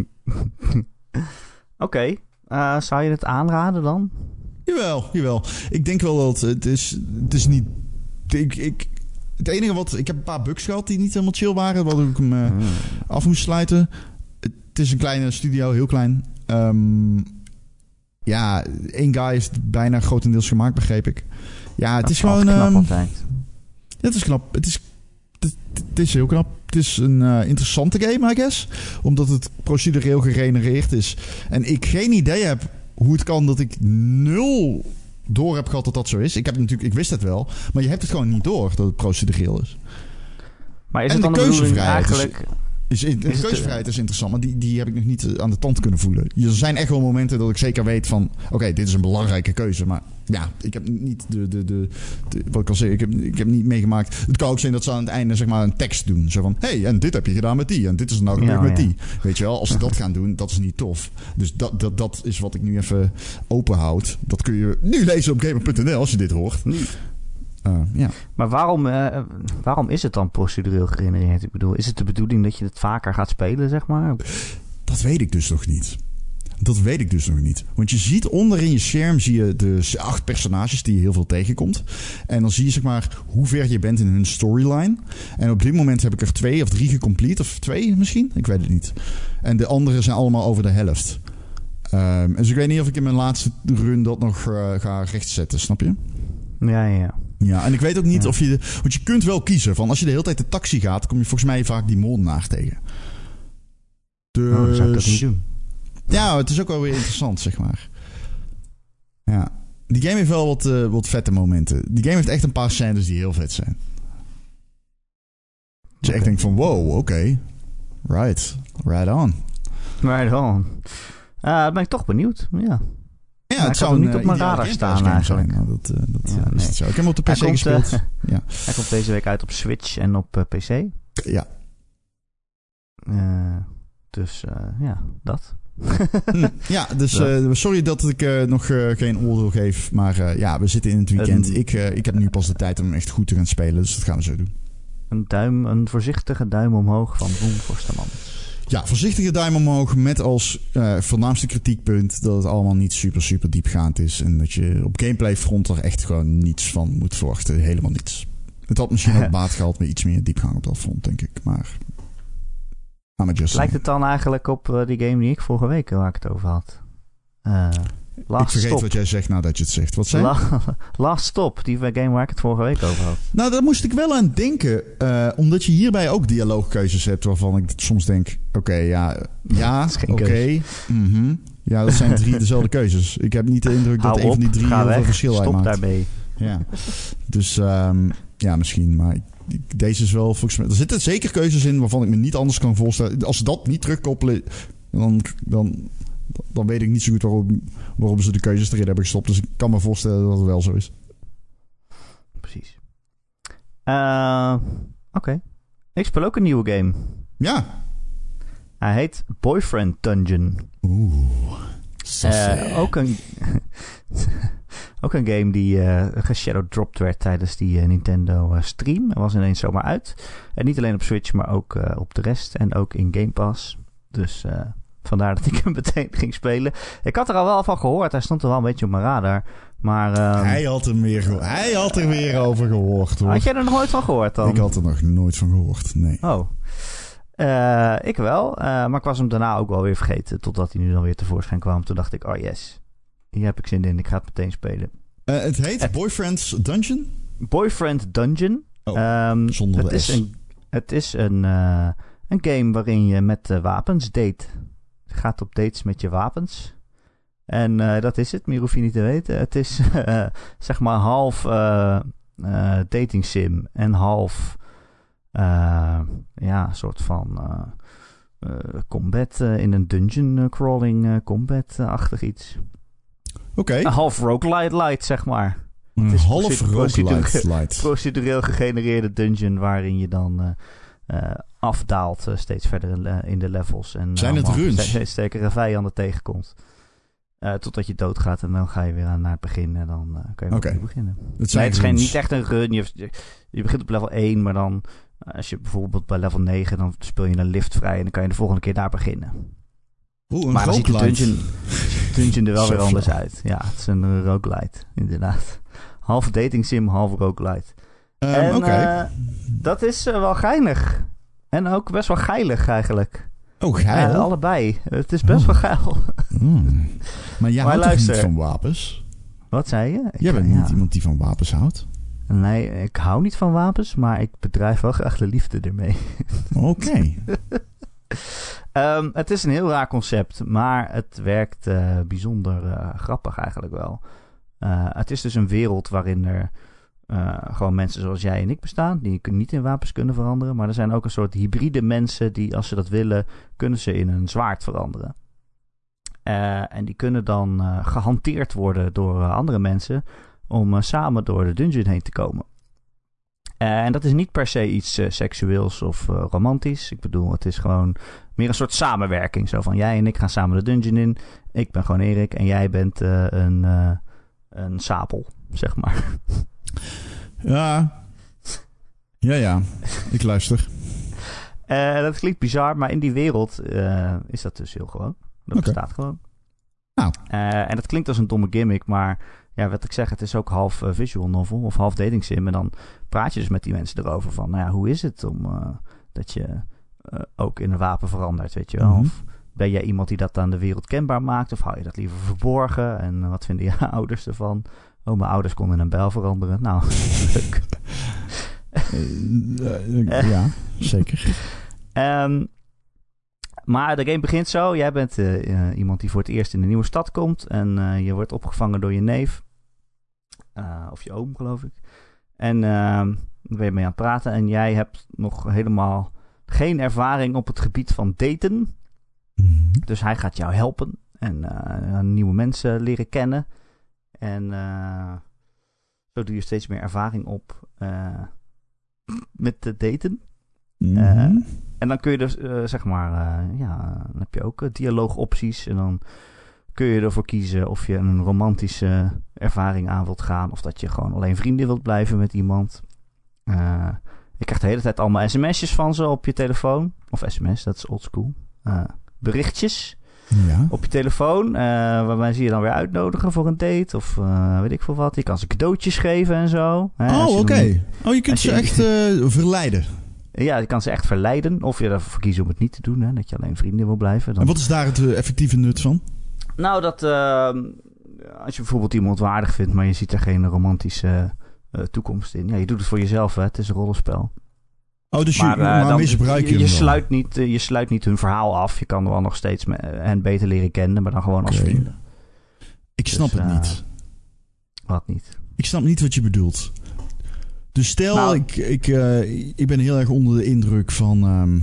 Oké. Zou je het aanraden dan? Jawel. Ik denk wel dat het is niet... Het enige wat... Ik heb een paar bugs gehad die niet helemaal chill waren. Waardoor ik hem af moest sluiten. Het is een kleine studio, heel klein. Ja, één guy is bijna grotendeels gemaakt, begreep ik. Ja, het is gewoon... knap altijd. Het is knap. Het is heel knap. Het is een interessante game, I guess. Omdat het procedureel gegenereerd is. En ik geen idee heb hoe het kan dat ik 0 door heb gehad dat dat zo is. Ik wist het wel. Maar je hebt het gewoon niet door dat het procedureel is. Maar is het dan de keuzevrijheid eigenlijk... De keuzevrijheid is interessant, maar die heb ik nog niet aan de tand kunnen voelen. Er zijn echt wel momenten dat ik zeker weet van... Oké, dit is een belangrijke keuze, maar ja, ik heb niet wat ik al zei, ik heb niet meegemaakt. Het kan ook zijn dat ze aan het einde zeg maar een tekst doen. Zo van, hey, en dit heb je gedaan met die. En dit is nou gebeurd met die. Weet je wel, als ze dat gaan doen, dat is niet tof. Dus dat is wat ik nu even openhoud. Dat kun je nu lezen op gamer.nl als je dit hoort. Ja. Maar waarom is het dan procedureel gegenereerd? Ik bedoel, is het de bedoeling dat je het vaker gaat spelen, zeg maar? Dat weet ik dus nog niet. Dat weet ik dus nog niet. Want je ziet onderin je scherm zie je de 8 personages die je heel veel tegenkomt. En dan zie je zeg maar hoe ver je bent in hun storyline. En op dit moment heb ik er 2 of 3 gecomplete. Of 2 misschien? Ik weet het niet. En de andere zijn allemaal over de helft. Dus ik weet niet of ik in mijn laatste run dat nog ga rechtzetten. Snap je? Ja. Ja, en ik weet ook niet of je... Want je kunt wel kiezen. Van als je de hele tijd de taxi gaat, kom je volgens mij vaak die moordenaar tegen. Dus... Oh, zou ik dat niet doen? Ja, het is ook wel weer interessant, zeg maar. Ja. Die game heeft wel wat vette momenten. Die game heeft echt een paar scènes die heel vet zijn. Dus je echt denkt van, wow, oké. Right on. Right on. Dan ben ik toch benieuwd, ja. Ja, het zou niet op mijn radar staan eigenlijk. Zijn, dat is niet zo. Ik heb hem op de PC gespeeld. Ja. Hij komt deze week uit op Switch en op PC. Ja. Dus dat. Ja, dus sorry dat ik nog geen oordeel geef. Maar we zitten in het weekend. Ik heb nu pas de tijd om hem echt goed te gaan spelen. Dus dat gaan we zo doen. Een voorzichtige duim omhoog van Roem Forsterman. Ja, voorzichtige duim omhoog met als voornaamste kritiekpunt dat het allemaal niet super diepgaand is. En dat je op gameplay front er echt gewoon niets van moet verwachten. Helemaal niets. Het had misschien ook baat gehad met iets meer diepgang op dat front, denk ik. Maar... Lijkt het dan eigenlijk op die game die ik vorige week waar ik het over had? Ik vergeet wat jij zegt nadat je het zegt. Wat zei je? Last Stop, die game waar ik het vorige week over had. Nou, daar moest ik wel aan denken. Omdat je hierbij ook dialoogkeuzes hebt waarvan ik soms denk... Oké. Ja, dat zijn 3 dezelfde keuzes. Ik heb niet de indruk dat een van die 3 heel veel verschil uitmaakt. Stop daarmee. Ja. Dus misschien, maar... Deze is wel volgens mij... Er zitten zeker keuzes in waarvan ik me niet anders kan voorstellen. Als ze dat niet terugkoppelen, dan weet ik niet zo goed waarom ze de keuzes erin hebben gestopt. Dus ik kan me voorstellen dat het wel zo is. Precies. Oké. Ik speel ook een nieuwe game. Ja. Hij heet Boyfriend Dungeon. Ook een game die geshadowdropped werd tijdens die Nintendo stream. Hij was ineens zomaar uit. En niet alleen op Switch, maar ook op de rest. En ook in Game Pass. Dus vandaar dat ik hem meteen ging spelen. Ik had er al wel van gehoord. Hij stond er wel een beetje op mijn radar. Maar, hij had er weer over gehoord, hoor. Had jij er nog nooit van gehoord dan? Ik had er nog nooit van gehoord, nee. Oh. Ik wel. Maar ik was hem daarna ook wel weer vergeten. Totdat hij nu dan weer tevoorschijn kwam. Toen dacht ik, oh yes. Hier heb ik zin in. Ik ga het meteen spelen. Het heet Boyfriend's Dungeon? Boyfriend Dungeon. Zonder de S. Het is een game waarin je met wapens date. Je gaat op dates met je wapens. En dat is het. Meer hoef je niet te weten. Het is zeg maar half dating sim. En half soort van combat in een dungeon crawling combat-achtig iets. Oké. Een half roguelite light, zeg maar. Het is half roguelite light. Procedureel gegenereerde dungeon waarin je dan afdaalt steeds verder in de levels. En zijn het runs? Steeds sterkere vijanden tegenkomt. Totdat je doodgaat en dan ga je weer naar het begin en dan kun je opnieuw beginnen. Het is niet echt een run. Je begint op level 1, maar dan als je bijvoorbeeld bij level 9, dan speel je een lift vrij en dan kan je de volgende keer daar beginnen. Maar dan ziet de dungeon er wel weer anders uit. Ja, het is een roguelite, inderdaad. Half dating sim, half roguelite. Dat is wel geinig. En ook best wel geilig eigenlijk. Oh, geil? Allebei. Het is best wel geil. Maar jij houdt toch niet van wapens? Wat zei je? Jij bent niet iemand die van wapens houdt? Nee, ik hou niet van wapens, maar ik bedrijf wel graag de liefde ermee. Oké. Het is een heel raar concept, maar het werkt bijzonder grappig eigenlijk wel. Het is dus een wereld waarin er gewoon mensen zoals jij en ik bestaan, die niet in wapens kunnen veranderen. Maar er zijn ook een soort hybride mensen die, als ze dat willen, kunnen ze in een zwaard veranderen. En die kunnen dan gehanteerd worden door andere mensen om samen door de dungeon heen te komen. En dat is niet per se iets seksueels of romantisch. Ik bedoel, het is gewoon meer een soort samenwerking. Zo van, jij en ik gaan samen de dungeon in. Ik ben gewoon Erik en jij bent een sapel, zeg maar. Ja. Ik luister. Dat klinkt bizar, maar in die wereld is dat dus heel gewoon. Dat bestaat gewoon. Nou. En dat klinkt als een domme gimmick, maar ja, wat ik zeg, het is ook half visual novel of half dating sim. En dan praat je dus met die mensen erover van, nou ja, hoe is het om dat je ook in een wapen verandert, weet je wel? Mm-hmm. Of ben jij iemand die dat aan de wereld kenbaar maakt? Of hou je dat liever verborgen? En wat vinden je ouders ervan? Oh, mijn ouders konden in een bijl veranderen. Nou, leuk. Ja, zeker. Maar de game begint zo. Jij bent iemand die voor het eerst in een nieuwe stad komt. En je wordt opgevangen door je neef. Of je oom, geloof ik. En daar ben je mee aan het praten. En jij hebt nog helemaal geen ervaring op het gebied van daten. Mm-hmm. Dus hij gaat jou helpen. En nieuwe mensen leren kennen. En zo doe je steeds meer ervaring op met de daten. Mm-hmm. En dan kun je dus, zeg maar, dan heb je ook dialoogopties. En dan kun je ervoor kiezen of je een romantische ervaring aan wilt gaan. Of dat je gewoon alleen vrienden wilt blijven met iemand. Je krijgt de hele tijd allemaal sms'jes van ze op je telefoon. Of sms, dat is oldschool. Berichtjes op je telefoon. Waarbij ze je dan weer uitnodigen voor een date. Of weet ik veel wat. Je kan ze cadeautjes geven en zo. Oké. Je kunt ze echt verleiden. Ja, je kan ze echt verleiden. Of je ervoor kiezen om het niet te doen. Hè, dat je alleen vrienden wil blijven. Dan... En wat is daar het effectieve nut van? Nou, dat als je bijvoorbeeld iemand waardig vindt, maar je ziet er geen romantische toekomst in. Ja, je doet het voor jezelf, hè. Het is een rollenspel. Oh, dus maar misbruik je je sluit niet hun verhaal af. Je kan wel nog steeds hen beter leren kennen, maar dan gewoon als vrienden. Ik snap het niet. Wat niet? Ik snap niet wat je bedoelt. Dus stel, ik ben heel erg onder de indruk van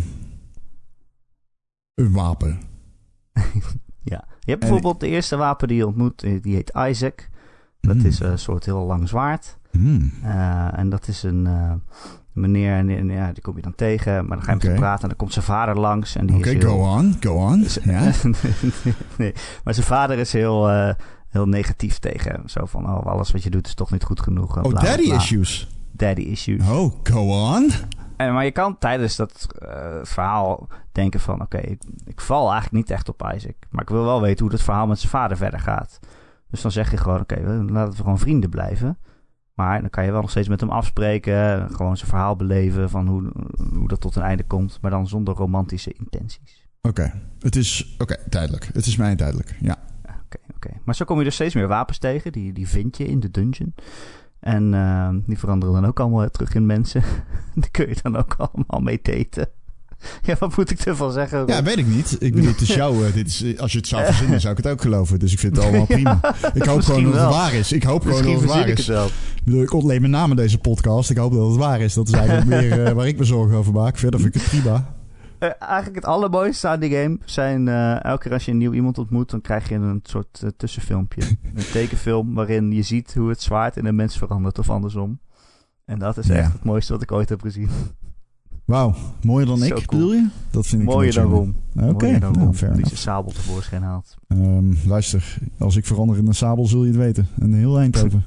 een wapen. Ja, je hebt bijvoorbeeld de eerste wapen die je ontmoet, die heet Isaac. Dat is een soort heel lang zwaard. En dat is een meneer, en ja, die kom je dan tegen, maar dan ga je met hem praten en dan komt zijn vader langs. Oké, go on. Ja. Nee, maar zijn vader is heel negatief tegen hem. Zo van, alles wat je doet is toch niet goed genoeg. Bla, daddy bla. Issues. Daddy issues. Oh, go on. Maar je kan tijdens dat verhaal denken van, oké, ik val eigenlijk niet echt op Isaac. Maar ik wil wel weten hoe het verhaal met zijn vader verder gaat. Dus dan zeg je gewoon, oké, laten we gewoon vrienden blijven. Maar dan kan je wel nog steeds met hem afspreken. Gewoon zijn verhaal beleven van hoe dat tot een einde komt. Maar dan zonder romantische intenties. Oké, tijdelijk. Het is mij tijdelijk, ja. Oké. Maar zo kom je dus steeds meer wapens tegen. Die vind je in de dungeon. En die veranderen dan ook allemaal terug in mensen. Die kun je dan ook allemaal mee daten. Ja, wat moet ik ervan zeggen, Rob? Ja, weet ik niet. Ik bedoel, het is jou. Als je het zou verzinnen, zou ik het ook geloven. Dus ik vind het allemaal prima. Ik hoop gewoon dat het waar is. Ik hoop gewoon dat het waar is. Ik bedoel, ik ontleen met name deze podcast. Ik hoop dat het waar is. Dat is eigenlijk meer waar ik me zorgen over maak. Verder vind ik het prima. Eigenlijk het allermooiste aan die game zijn... elke keer als je een nieuw iemand ontmoet... dan krijg je een soort tussenfilmpje. Een tekenfilm waarin je ziet hoe het zwaard in een mens verandert of andersom. En dat is echt het mooiste wat ik ooit heb gezien. Wauw, mooier dan ik, bedoel je? Dat vind ik mooier dan Rom. Oké, die zijn sabel tevoorschijn haalt. Luister, als ik verander in een sabel zul je het weten. Een heel Eindhoven.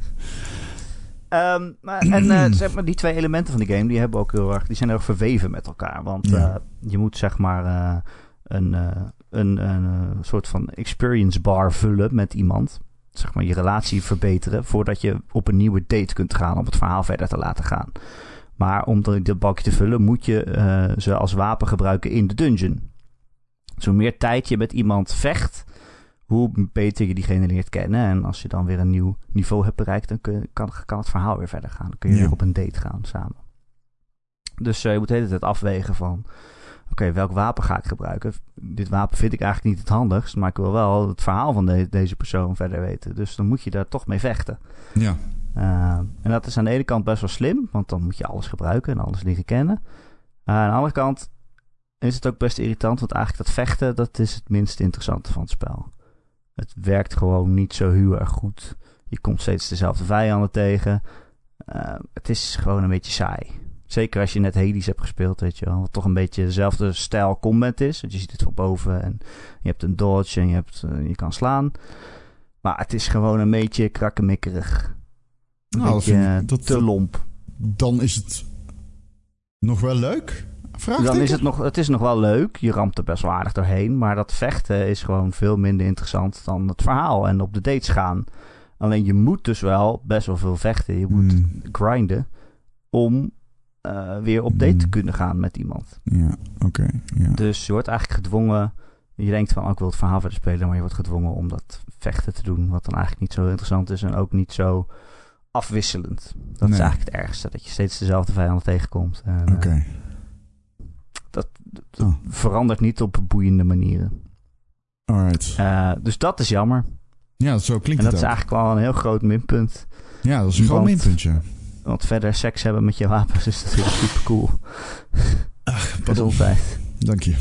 Zeg maar, die twee elementen van die game, die zijn heel erg verweven met elkaar. Want je moet zeg maar een soort van experience bar vullen met iemand. Zeg maar je relatie verbeteren voordat je op een nieuwe date kunt gaan om het verhaal verder te laten gaan. Maar om dat balkje te vullen moet je ze als wapen gebruiken in de dungeon. Dus hoe meer tijd je met iemand vecht, hoe beter je diegene leert kennen. En als je dan weer een nieuw niveau hebt bereikt, dan kan het verhaal weer verder gaan. Dan kun je weer op een date gaan samen. Dus je moet de hele tijd afwegen van... Oké, welk wapen ga ik gebruiken? Dit wapen vind ik eigenlijk niet het handigst, maar ik wil wel het verhaal van deze persoon verder weten. Dus dan moet je daar toch mee vechten. Ja. En dat is aan de ene kant best wel slim, want dan moet je alles gebruiken en alles leren kennen. Aan de andere kant is het ook best irritant, want eigenlijk dat vechten, dat is het minst interessante van het spel. Het werkt gewoon niet zo heel erg goed. Je komt steeds dezelfde vijanden tegen. Het is gewoon een beetje saai. Zeker als je net Hades hebt gespeeld, weet je wel. Wat toch een beetje dezelfde stijl combat is. Want je ziet het van boven en je hebt een dodge en je kan slaan. Maar het is gewoon een beetje krakkemikkerig. Een beetje te lomp. Dan is het nog wel leuk. Dan is het is nog wel leuk. Je ramt er best wel aardig doorheen. Maar dat vechten is gewoon veel minder interessant dan het verhaal en op de dates gaan. Alleen je moet dus wel best wel veel vechten. Je moet grinden om weer op date te kunnen gaan met iemand. Ja, oké. Ja. Dus je wordt eigenlijk gedwongen. Je denkt van, ik wil het verhaal verder spelen, maar je wordt gedwongen om dat vechten te doen. Wat dan eigenlijk niet zo interessant is en ook niet zo afwisselend. Dat is eigenlijk het ergste. Dat je steeds dezelfde vijanden tegenkomt. Oké. Dat verandert niet op boeiende manieren. Alright. Dus dat is jammer. Ja, zo klinkt het ook. En dat is eigenlijk wel een heel groot minpunt. Ja, dat is een groot minpuntje. Want verder seks hebben met je wapens is natuurlijk super cool. Gezondheid. Dank je.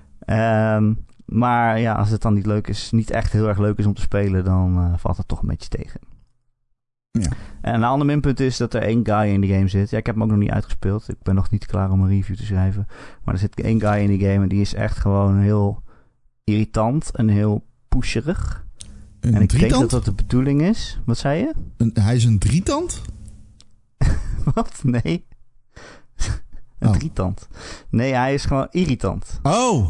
Maar ja, als het dan niet echt heel erg leuk is om te spelen, dan valt het toch een beetje tegen. Ja. En een ander minpunt is dat er 1 guy in de game zit. Ja, ik heb hem ook nog niet uitgespeeld. Ik ben nog niet klaar om een review te schrijven. Maar er zit 1 guy in die game en die is echt gewoon heel irritant en heel pusherig. En ik denk dat dat de bedoeling is. Wat zei je? Hij is een drietand? Wat? Nee. Een drietand. Nee, hij is gewoon irritant. Oh!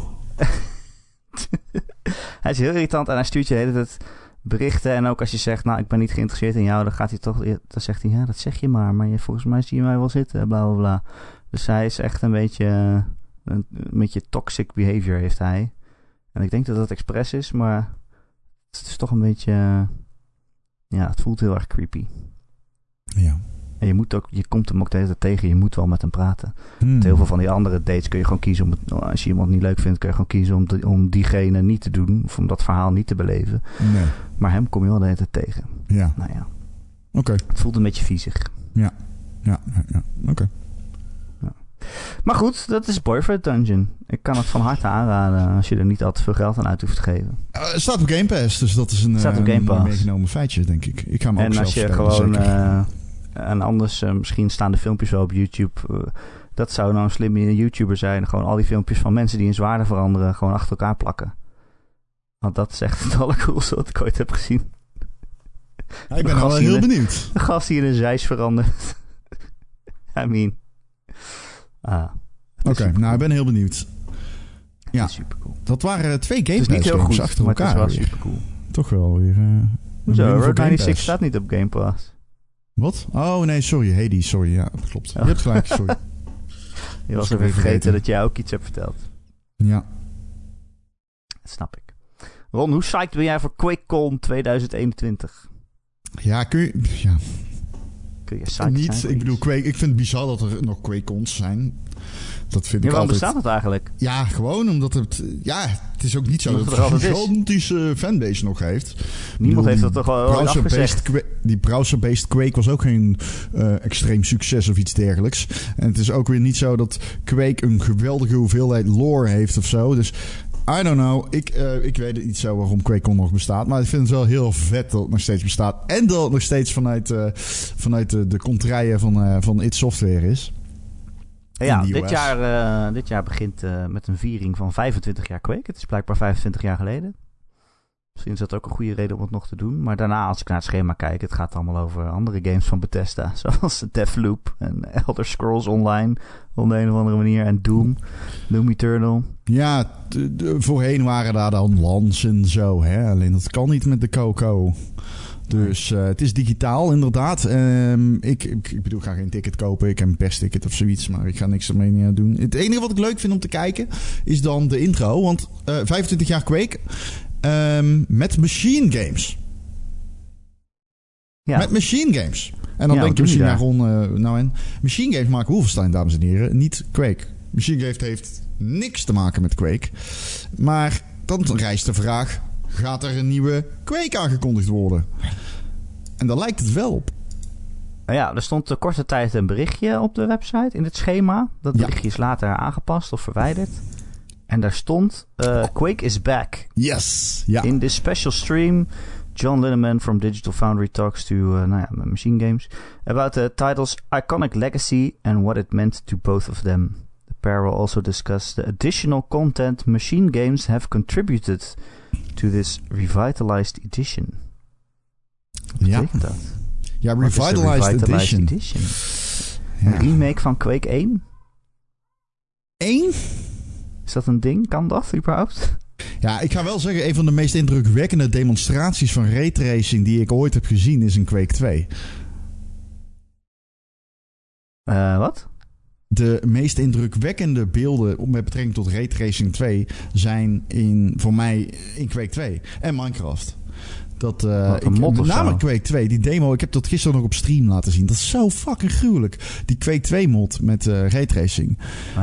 Hij is heel irritant en hij stuurt je de hele tijd berichten. En ook als je zegt, ik ben niet geïnteresseerd in jou, dan gaat hij toch... Dan zegt hij, ja, dat zeg je maar volgens mij zie je mij wel zitten, bla, bla, bla. Dus hij is echt een beetje toxic behavior heeft hij. En ik denk dat dat expres is, maar het is toch een beetje... het voelt heel erg creepy. Ja. En je komt hem ook de hele tijd tegen. Je moet wel met hem praten. Met heel veel van die andere dates kun je gewoon kiezen als je iemand niet leuk vindt, kun je gewoon kiezen om diegene niet te doen. Of om dat verhaal niet te beleven. Nee. Maar hem kom je wel de hele tijd tegen. Ja. Nou ja. Oké. Het voelt een beetje viezig. Ja. Oké. Ja. Maar goed, dat is Boyfriend Dungeon. Ik kan het van harte aanraden als je er niet al te veel geld aan uit hoeft te geven. Het staat op Game Pass, dus dat is een meegenomen feitje, denk ik. Ik ga hem ook zelf spelen. En als je gewoon... en anders, misschien staan de filmpjes wel op YouTube. Dat zou nou een slimme YouTuber zijn. Gewoon al die filmpjes van mensen die in zwaarde veranderen, gewoon achter elkaar plakken. Want dat is echt het allercoolste wat ik ooit heb gezien. Ja, ik ben wel heel benieuwd. De gast die in een zeis verandert. I mean. Oké, ik ben heel benieuwd. Ja, super cool. Dat waren 2 Game Pass games heel goed, achter maar elkaar. Het is wel super cool. Toch wel weer... Hoezo? Road 96 staat niet op Game Pass. Wat? Oh, nee, sorry. Hades, sorry. Ja, dat klopt. Je hebt gelijk, sorry. Je was er weer vergeten dat jij ook iets hebt verteld. Ja. Dat snap ik. Ron, hoe psyched ben jij voor QuakeCon 2021? Ja, kun je psyched niet, zijn? Ik bedoel, Quake, ik vind het bizar dat er nog QuakeCons zijn. Dat vind ik waarom altijd... bestaat het eigenlijk? Ja, gewoon omdat het... Ja, het is ook niet zo omdat dat het een gigantische fanbase nog heeft. Niemand heeft dat toch wel afgezegd. Die browser-based Quake was ook geen extreem succes of iets dergelijks. En het is ook weer niet zo dat Quake een geweldige hoeveelheid lore heeft of zo. Dus... I don't know. Ik weet het niet zo waarom QuakeCon nog bestaat. Maar ik vind het wel heel vet dat het nog steeds bestaat. En dat het nog steeds vanuit de contraien van id Software is. Ja, dit jaar begint met een viering van 25 jaar Quake. Het is blijkbaar 25 jaar geleden. Misschien is dat ook een goede reden om het nog te doen. Maar daarna, als ik naar het schema kijk, het gaat allemaal over andere games van Bethesda. Zoals Deathloop en Elder Scrolls Online op de een of andere manier. En Doom Eternal. Ja, voorheen waren daar dan LANs en zo. Hè? Alleen dat kan niet met de Coco. Dus het is digitaal, inderdaad. Ik bedoel, ik ga geen ticket kopen. Ik heb een persticket of zoiets, maar ik ga niks ermee doen. Het enige wat ik leuk vind om te kijken is dan de intro. Want 25 jaar Quake met machine games. Ja. Met machine games. En dan denk je misschien naar Ron... Machine games maken Wolfenstein, dames en heren. Niet Quake. Machine games heeft niks te maken met Quake. Maar dan rijst de vraag... Gaat er een nieuwe Quake aangekondigd worden? En daar lijkt het wel op. Ja, er stond de korte tijd een berichtje op de website in het schema. Dat berichtje is later aangepast of verwijderd. En daar stond... Quake is back. Yes. Ja. In this special stream... John Linneman from Digital Foundry talks to Machine Games... about the title's iconic legacy... and what it meant to both of them. The pair will also discuss the additional content... Machine Games have contributed... to this revitalized edition. Wat betekent dat? Ja, revitalized edition. Een remake van Quake 1? 1? Is dat een ding? Kan dat überhaupt? Ja, ik ga wel zeggen, een van de meest indrukwekkende demonstraties van raytracing die ik ooit heb gezien is in Quake 2. Wat? De meest indrukwekkende beelden met betrekking tot raytracing 2 zijn voor mij in Quake 2 en Minecraft. Met name Quake 2, die demo, ik heb dat gisteren nog op stream laten zien. Dat is zo fucking gruwelijk. Die Quake 2 mod met raytracing.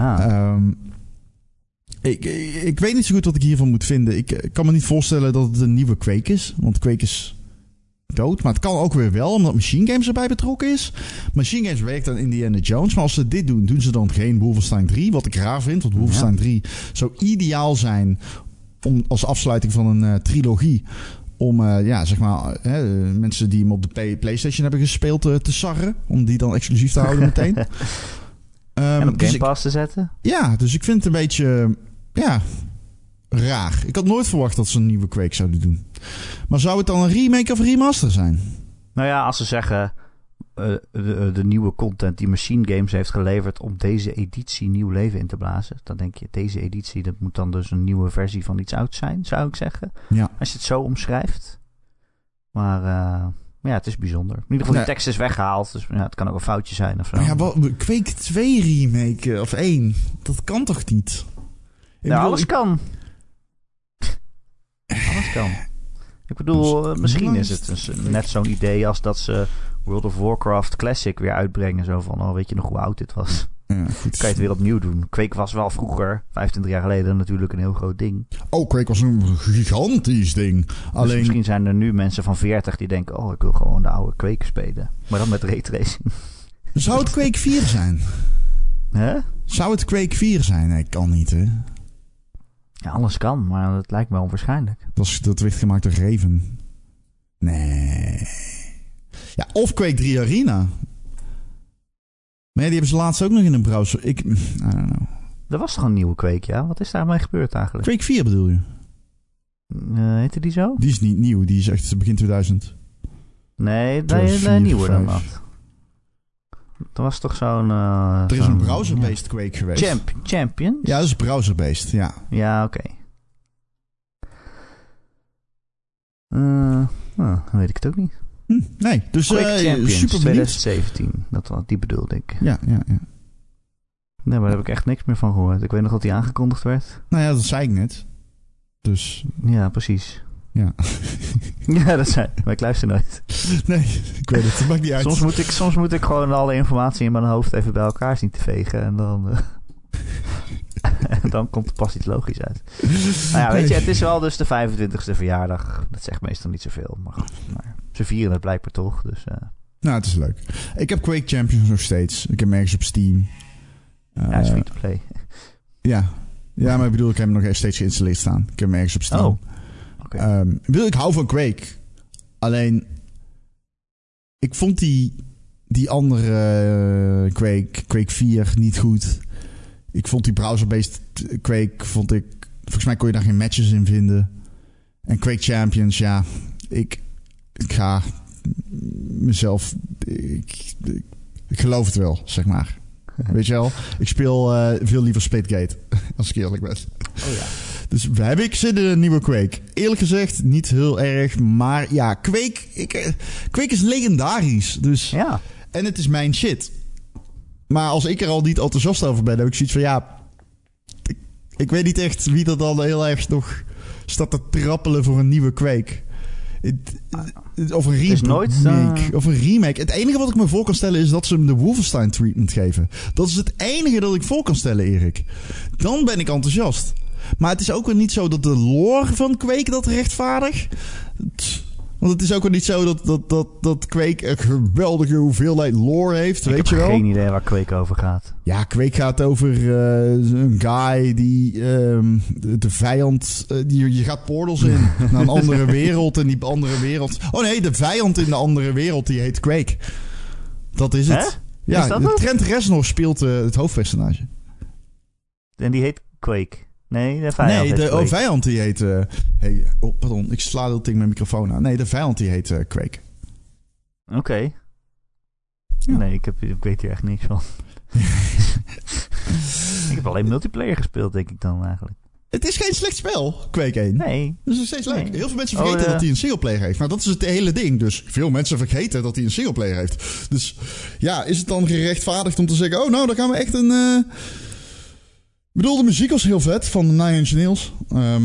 Ik weet niet zo goed wat ik hiervan moet vinden. Ik kan me niet voorstellen dat het een nieuwe Quake is. Want Quake is dood. Maar het kan ook weer wel, omdat Machine Games erbij betrokken is. Machine Games werkt aan Indiana Jones. Maar als ze dit doen, doen ze dan geen Wolfenstein 3. Wat ik raar vind, want Wolfenstein 3 zou ideaal zijn als afsluiting van een trilogie. Om mensen die hem op de PlayStation hebben gespeeld te sarren. Om die dan exclusief te houden meteen. En op Game Pass te zetten? Ja, dus ik vind het een beetje raar. Ik had nooit verwacht dat ze een nieuwe Quake zouden doen. Maar zou het dan een remake of remaster zijn? Nou ja, als ze zeggen de nieuwe content die Machine Games heeft geleverd om deze editie nieuw leven in te blazen. Dan denk je, deze editie, dat moet dan dus een nieuwe versie van iets oud zijn, zou ik zeggen. Ja. Als je het zo omschrijft. Maar het is bijzonder. In ieder geval, die tekst is weggehaald. Dus het kan ook een foutje zijn of zo. Maar Quake 2 remake of 1, dat kan toch niet? Alles kan. Alles kan. Ik bedoel, misschien is het net zo'n idee als dat ze World of Warcraft Classic weer uitbrengen. Zo van, weet je nog hoe oud dit was? Ja, kan je het weer opnieuw doen. Quake was wel vroeger, 25 jaar geleden, natuurlijk een heel groot ding. Oh, Quake was een gigantisch ding. Dus misschien zijn er nu mensen van 40 die denken, ik wil gewoon de oude Quake spelen. Maar dan met raytracing. Zou het Quake 4 zijn? Hè? Zou het Quake 4 zijn? Nee, kan niet, hè? Ja, alles kan, maar dat lijkt me onwaarschijnlijk. Dat werd gemaakt door Raven. Nee. Ja, of Quake 3 Arena. Maar die hebben ze laatst ook nog in een browser. I don't know. Er was toch een nieuwe Quake, ja? Wat is daarmee gebeurd eigenlijk? Quake 4 bedoel je? Heette die zo? Die is niet nieuw, die is echt begin 2000. Nee, nieuwer dan dat. Er was toch zo'n... er is een browser-based Quake geweest. Champions? Ja, dat is browser-based, ja. Ja, oké. Dan weet ik het ook niet. Nee, dus Champions super 2017. Die bedoelde ik. Ja. Nee, maar daar heb ik echt niks meer van gehoord. Ik weet nog dat die aangekondigd werd. Nou ja, dat zei ik net. Dus... Ja, precies. Ja. Ja, dat zei maar ik luister nooit. Nee, ik weet het. Het maakt niet uit. Soms moet ik gewoon alle informatie in mijn hoofd even bij elkaar zien te vegen. En dan... en dan komt er pas iets logisch uit. Nou ja, weet je, het is wel dus de 25e verjaardag. Dat zegt meestal niet zoveel. Maar goed, ze vieren het blijkbaar toch. Dus, Nou, het is leuk. Ik heb Quake Champions nog steeds. Ik heb hem ergens op Steam. Ja, is free to play. Ja, maar ik bedoel, ik heb hem nog steeds geïnstalleerd staan. Ik heb hem ergens op Steam. Oh, okay. Ik hou van Quake. Alleen, ik vond die andere Quake 4 niet goed. Ik vond die browser-based Quake, volgens mij kon je daar geen matches in vinden. En Quake Champions, ja, ik ga mezelf, ik geloof het wel, zeg maar. Weet je wel, ik speel veel liever Splitgate, als ik eerlijk ben. Oh ja. Dus heb ik zin in een nieuwe Quake. Eerlijk gezegd, niet heel erg, maar ja, Quake is legendarisch. Dus, ja. En het is mijn shit. Maar als ik er al niet enthousiast over ben, heb ik zoiets van, ik weet niet echt wie er dan heel erg nog staat te trappelen voor een nieuwe Quake. Of een remake. Of een remake. Het enige wat ik me voor kan stellen is dat ze hem de Wolfenstein treatment geven. Dat is het enige dat ik voor kan stellen, Erik. Dan ben ik enthousiast. Maar het is ook weer niet zo dat de lore van Quake dat rechtvaardigt. Want het is ook weer niet zo dat Quake een geweldige hoeveelheid lore heeft, weet je wel. Ik heb geen idee waar Quake over gaat. Ja, Quake gaat over een guy die de vijand... je gaat portals in naar een andere wereld en die andere wereld... Oh nee, de vijand in de andere wereld die heet Quake. Dat is het. Hè? Ja, is dat Trent Reznor speelt het hoofdpersonage. En die heet Quake? Nee, de vijand heet Quake. Vijand die heet... pardon, ik sla dat ding mijn microfoon aan. Nee, de vijand die heet Quake. Oké. Ja. Nee, ik weet hier echt niks van. Ik heb alleen multiplayer gespeeld, denk ik dan eigenlijk. Het is geen slecht spel, Quake 1. Nee. Dat is nog steeds leuk. Nee. Heel veel mensen vergeten dat hij een singleplayer heeft. Maar dat is het hele ding. Dus veel mensen vergeten dat hij een singleplayer heeft. Dus ja, is het dan gerechtvaardigd om te zeggen... Oh, nou, dan gaan we echt een... Ik bedoel, de muziek was heel vet van Nine Inch Nails.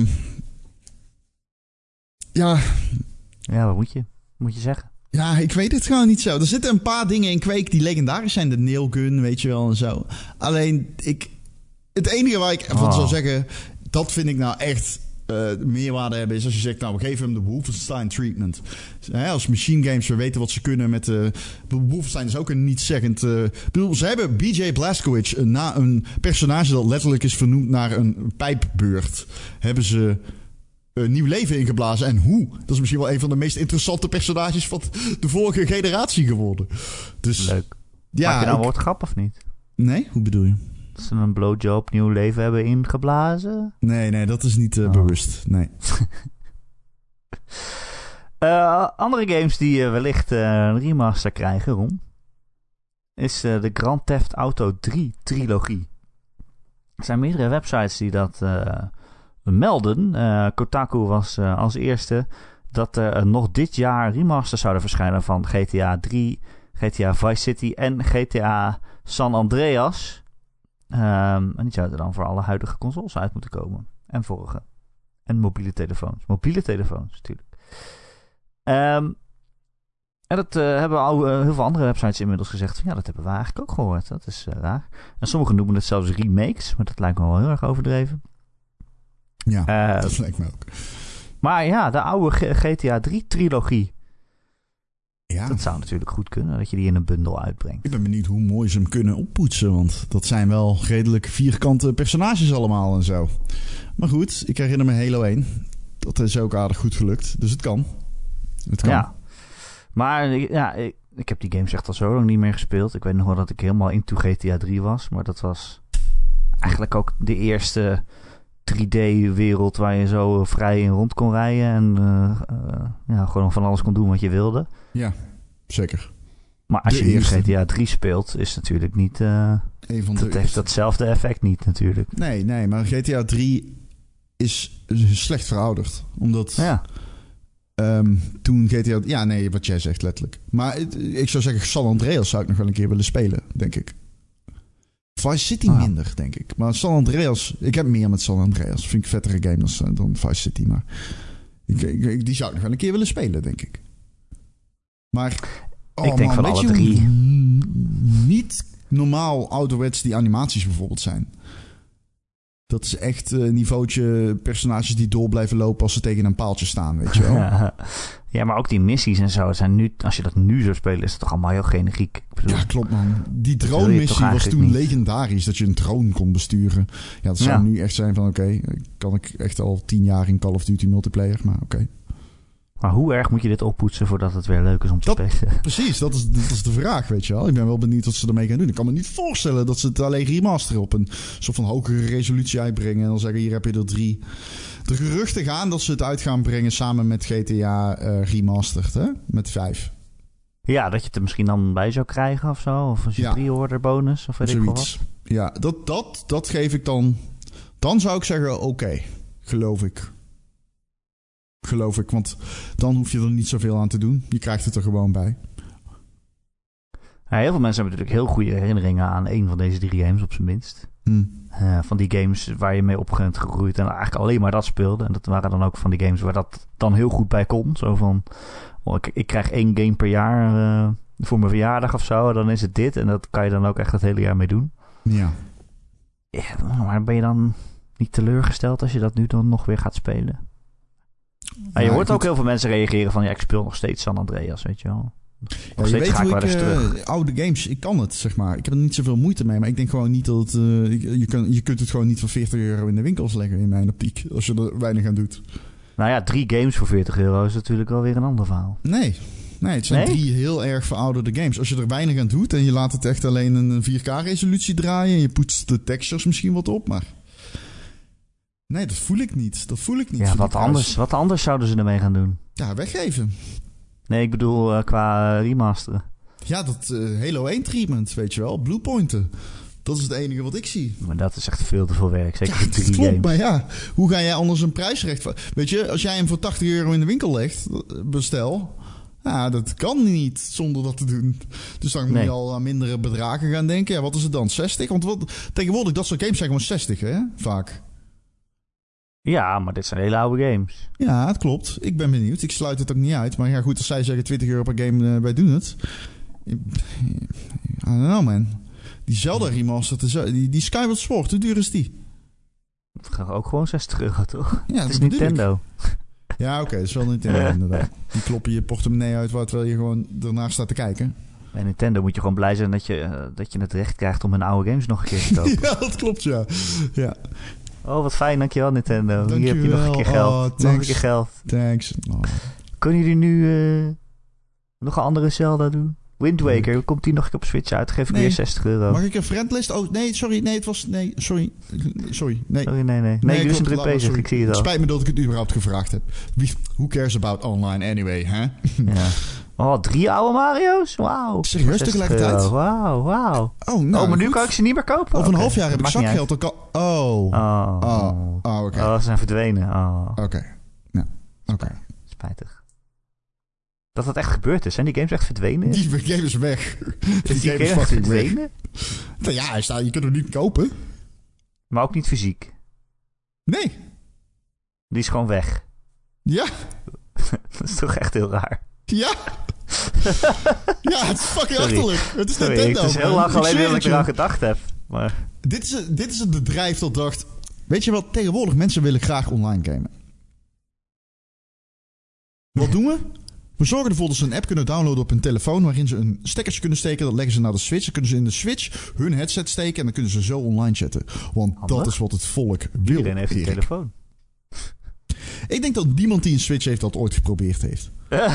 Ja, wat moet je zeggen? Ja, ik weet het gewoon niet zo. Er zitten een paar dingen in Quake die legendarisch zijn. De nailgun, weet je wel, en zo. Alleen, het enige waar ik van zou zeggen... Dat vind ik nou echt meerwaarde hebben... is als je zegt, nou, we geven hem de Wolfenstein treatment. Als Machine Games, we weten wat ze kunnen met... Wolfenstein is ook een niet-zeggend... ze hebben BJ Blazkowicz, een personage dat letterlijk is vernoemd naar een pijpbeurt... hebben ze... nieuw leven ingeblazen. En hoe? Dat is misschien wel een van de meest interessante personages van de vorige generatie geworden. Dus, leuk. Ja, maak je nou woordgrap of niet? Nee? Hoe bedoel je? Dat ze een blowjob nieuw leven hebben ingeblazen? Nee, dat is niet bewust. Nee. Andere games die wellicht een remaster krijgen, Ron, is de Grand Theft Auto 3 trilogie. Er zijn meerdere websites die dat... melden. Kotaku was als eerste dat er nog dit jaar remasters zouden verschijnen van GTA 3, GTA Vice City en GTA San Andreas. En die zouden dan voor alle huidige consoles uit moeten komen. En vorige. En mobiele telefoons. Mobiele telefoons natuurlijk. En dat hebben al heel veel andere websites inmiddels gezegd. Ja, dat hebben we eigenlijk ook gehoord. Dat is raar. En sommigen noemen het zelfs remakes. Maar dat lijkt me wel heel erg overdreven. Ja, dat lijkt me ook. Maar ja, de oude GTA 3-trilogie. Ja. Dat zou natuurlijk goed kunnen, dat je die in een bundel uitbrengt. Ik ben benieuwd hoe mooi ze hem kunnen oppoetsen. Want dat zijn wel redelijk vierkante personages allemaal en zo. Maar goed, ik herinner me Halo 1. Dat is ook aardig goed gelukt. Dus het kan. Het kan. Ja. Maar ja, ik heb die games echt al zo lang niet meer gespeeld. Ik weet nog wel dat ik helemaal into GTA 3 was. Maar dat was eigenlijk ook de eerste 3D-wereld waar je zo vrij in rond kon rijden. En gewoon van alles kon doen wat je wilde. Ja, zeker. Maar als je nu GTA 3 speelt, is natuurlijk niet... dat heeft datzelfde effect niet natuurlijk. Nee, maar GTA 3 is slecht verouderd. Omdat... Ja. Toen GTA... Ja, nee, wat jij zegt letterlijk. Maar ik zou zeggen, San Andreas zou ik nog wel een keer willen spelen, denk ik. Vice City minder, denk ik. Maar San Andreas... Ik heb meer met San Andreas. Vind ik vettere game dan Vice City. Maar die zou ik nog wel een keer willen spelen, denk ik. Maar... ik denk van alle drie. Niet normaal ouderwets die animaties bijvoorbeeld zijn. Dat is echt niveautje personages die door blijven lopen als ze tegen een paaltje staan, weet je wel. Ja, maar ook die missies en zo. Zijn nu, als je dat nu zou spelen, is het toch allemaal heel generiek. Ik bedoel, ja, klopt man. Die drone-missie was toen legendarisch. Dat je een drone kon besturen. Ja, dat zou nu echt zijn van oké, kan ik echt al 10 jaar in Call of Duty multiplayer, maar oké. Maar hoe erg moet je dit oppoetsen voordat het weer leuk is om te spelen? Precies, dat is de vraag, weet je wel. Ik ben wel benieuwd wat ze ermee gaan doen. Ik kan me niet voorstellen dat ze het alleen remasteren op een soort van hogere resolutie uitbrengen. En dan zeggen, hier heb je er 3. De geruchten gaan dat ze het uit gaan brengen samen met GTA Remastered, hè? Met 5. Ja, dat je het er misschien dan bij zou krijgen of zo. Of als je 3-order bonus, of weet ik wat. Ja, dat geef ik dan. Dan zou ik zeggen, oké, geloof ik. Want dan hoef je er niet zoveel aan te doen. Je krijgt het er gewoon bij. Ja, heel veel mensen hebben natuurlijk heel goede herinneringen aan een van deze 3 games, op zijn minst. Van die games waar je mee op bent gegroeid en eigenlijk alleen maar dat speelde. En dat waren dan ook van die games waar dat dan heel goed bij kon. Zo van, ik krijg 1 game per jaar voor mijn verjaardag of zo. Dan is het dit. En dat kan je dan ook echt het hele jaar mee doen. Ja. Ja, maar ben je dan niet teleurgesteld als je dat nu dan nog weer gaat spelen? Ja, je hoort ook heel veel mensen reageren van... ja, ik speel nog steeds San Andreas, weet je wel. Ja, je weet hoe ik oude games... Ik kan het, zeg maar. Ik heb er niet zoveel moeite mee. Maar ik denk gewoon niet dat het... je kunt het gewoon niet voor €40 in de winkels leggen... in mijn optiek. Als je er weinig aan doet. Nou ja, 3 games voor €40 is natuurlijk wel weer een ander verhaal. Nee, het zijn 3 heel erg verouderde games. Als je er weinig aan doet... en je laat het echt alleen een 4K-resolutie draaien... en je poetst de textures misschien wat op, maar... Nee, dat voel ik niet. Ja, wat anders zouden ze ermee gaan doen? Ja, weggeven. Nee, ik bedoel qua remasteren. Ja, dat Halo 1 treatment, weet je wel. Bluepointen. Dat is het enige wat ik zie. Maar dat is echt veel te veel werk. Zeker Ja, voor 3 klopt, games. maar ja, hoe ga jij anders een prijsrecht... Weet je, als jij hem voor €80 in de winkel legt, bestel... Ja, dat kan niet zonder dat te doen. Dus dan moet je al aan mindere bedragen gaan denken. Ja, wat is het dan? 60? Want tegenwoordig, dat soort games zijn gewoon 60, hè? Vaak. Ja, maar dit zijn hele oude games. Ja, het klopt. Ik ben benieuwd. Ik sluit het ook niet uit. Maar ja, goed, als zij zeggen €20 per game, wij doen het. I don't know, man. Die Zelda remaster, die Skyward Sword, hoe duur is die? Het gaat ook gewoon €60, toch? Ja, het is Nintendo. Ja, oké, dat is wel Nintendo inderdaad. Die kloppen je portemonnee uit terwijl je gewoon ernaar staat te kijken. Bij Nintendo moet je gewoon blij zijn dat je het recht krijgt om hun oude games nog een keer te kopen. Ja, dat klopt, ja. Oh, wat fijn, dankjewel Nintendo. Dankjewel. Hier heb je nog een keer geld. Oh, nog een keer geld. Thanks. Oh. Kunnen jullie nu nog een andere Zelda doen? Wind Waker, komt die nog een keer op Switch uit? Geef ik weer €60. Mag ik een friendlist? Oh, nee, sorry. Nee, het was... Nee, sorry. Nee. Sorry, nee. Nee, jullie zijn druk bezig. Sorry. Ik zie het al. Het spijt me dat ik het überhaupt gevraagd heb. Who cares about online anyway, hè? Ja. Oh, 3 oude Mario's? Wauw. Serieus, tegelijkertijd? Wauw. Oh, nou, maar nu goed. kan ik ze niet meer kopen? Over een half jaar heb ik Maakt niet zakgeld. Dan kan... Oké. Oh, ze zijn verdwenen. Oké. Oké. Spijtig. Dat dat echt gebeurd is. Zijn die games echt verdwenen? Die game is weg. Is die game echt verdwenen? Nou ja, je kunt hem niet kopen. Maar ook niet fysiek. Nee. Die is gewoon weg. Ja. Dat is toch echt heel raar. Ja. Ja, het is fucking achterlijk. Het is Nintendo. Het is heel lang geleden dat ik eraan gedacht heb. Maar... Dit is het bedrijf dat dacht... Weet je wat? Tegenwoordig mensen willen graag online gamen. Wat doen we? We zorgen ervoor dat ze een app kunnen downloaden op hun telefoon... waarin ze een stekkertje kunnen steken. Dat leggen ze naar de Switch. Dan kunnen ze in de Switch hun headset steken... en dan kunnen ze zo online chatten. Want handig. Dat is wat het volk wil. Iedereen heeft een telefoon. Ik denk dat niemand die een Switch heeft dat ooit geprobeerd heeft.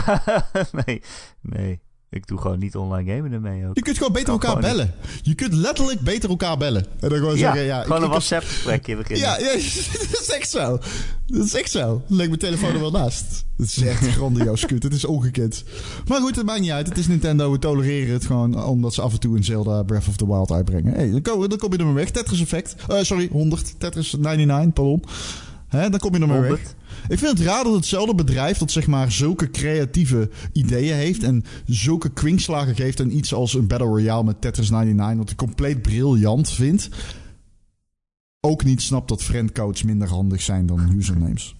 Nee. Ik doe gewoon niet online gamen ermee ook. Je kunt gewoon beter elkaar bellen. Je kunt letterlijk beter elkaar bellen. En dan gewoon zeggen... Ja, gewoon een WhatsApp-gesprekje beginnen. Ja, dat is echt zo. Dat is echt zo. Leg mijn telefoon er wel naast. Dat is echt grandioos kut. Het is ongekend. Maar goed, het maakt niet uit. Het is Nintendo. We tolereren het gewoon omdat ze af en toe een Zelda Breath of the Wild uitbrengen. Hey, dan kom je er maar weg. Tetris Effect. 100. Tetris 99, pardon. Dan kom je er maar 100. weg. Ik vind het raar dat hetzelfde bedrijf dat zeg maar zulke creatieve ideeën heeft en zulke kwinkslagen geeft aan iets als een Battle Royale met Tetris 99, wat ik compleet briljant vind, ook niet snapt dat friendcodes minder handig zijn dan usernames.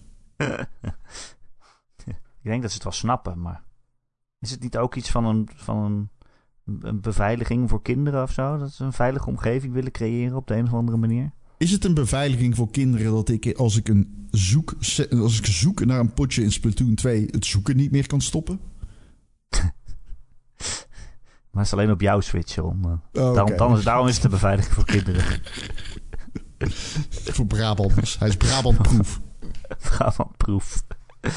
Ik denk dat ze het wel snappen, maar is het niet ook iets van een beveiliging voor kinderen of zo? Dat ze een veilige omgeving willen creëren op de een of andere manier? Is het een beveiliging voor kinderen dat ik als ik zoek naar een potje in Splatoon 2 het zoeken niet meer kan stoppen? Maar het is alleen op jouw Switch, Ron. Okay. Daarom is het een beveiliging voor kinderen. Voor Brabanders. Hij is Brabant-proof. Brabant-proof.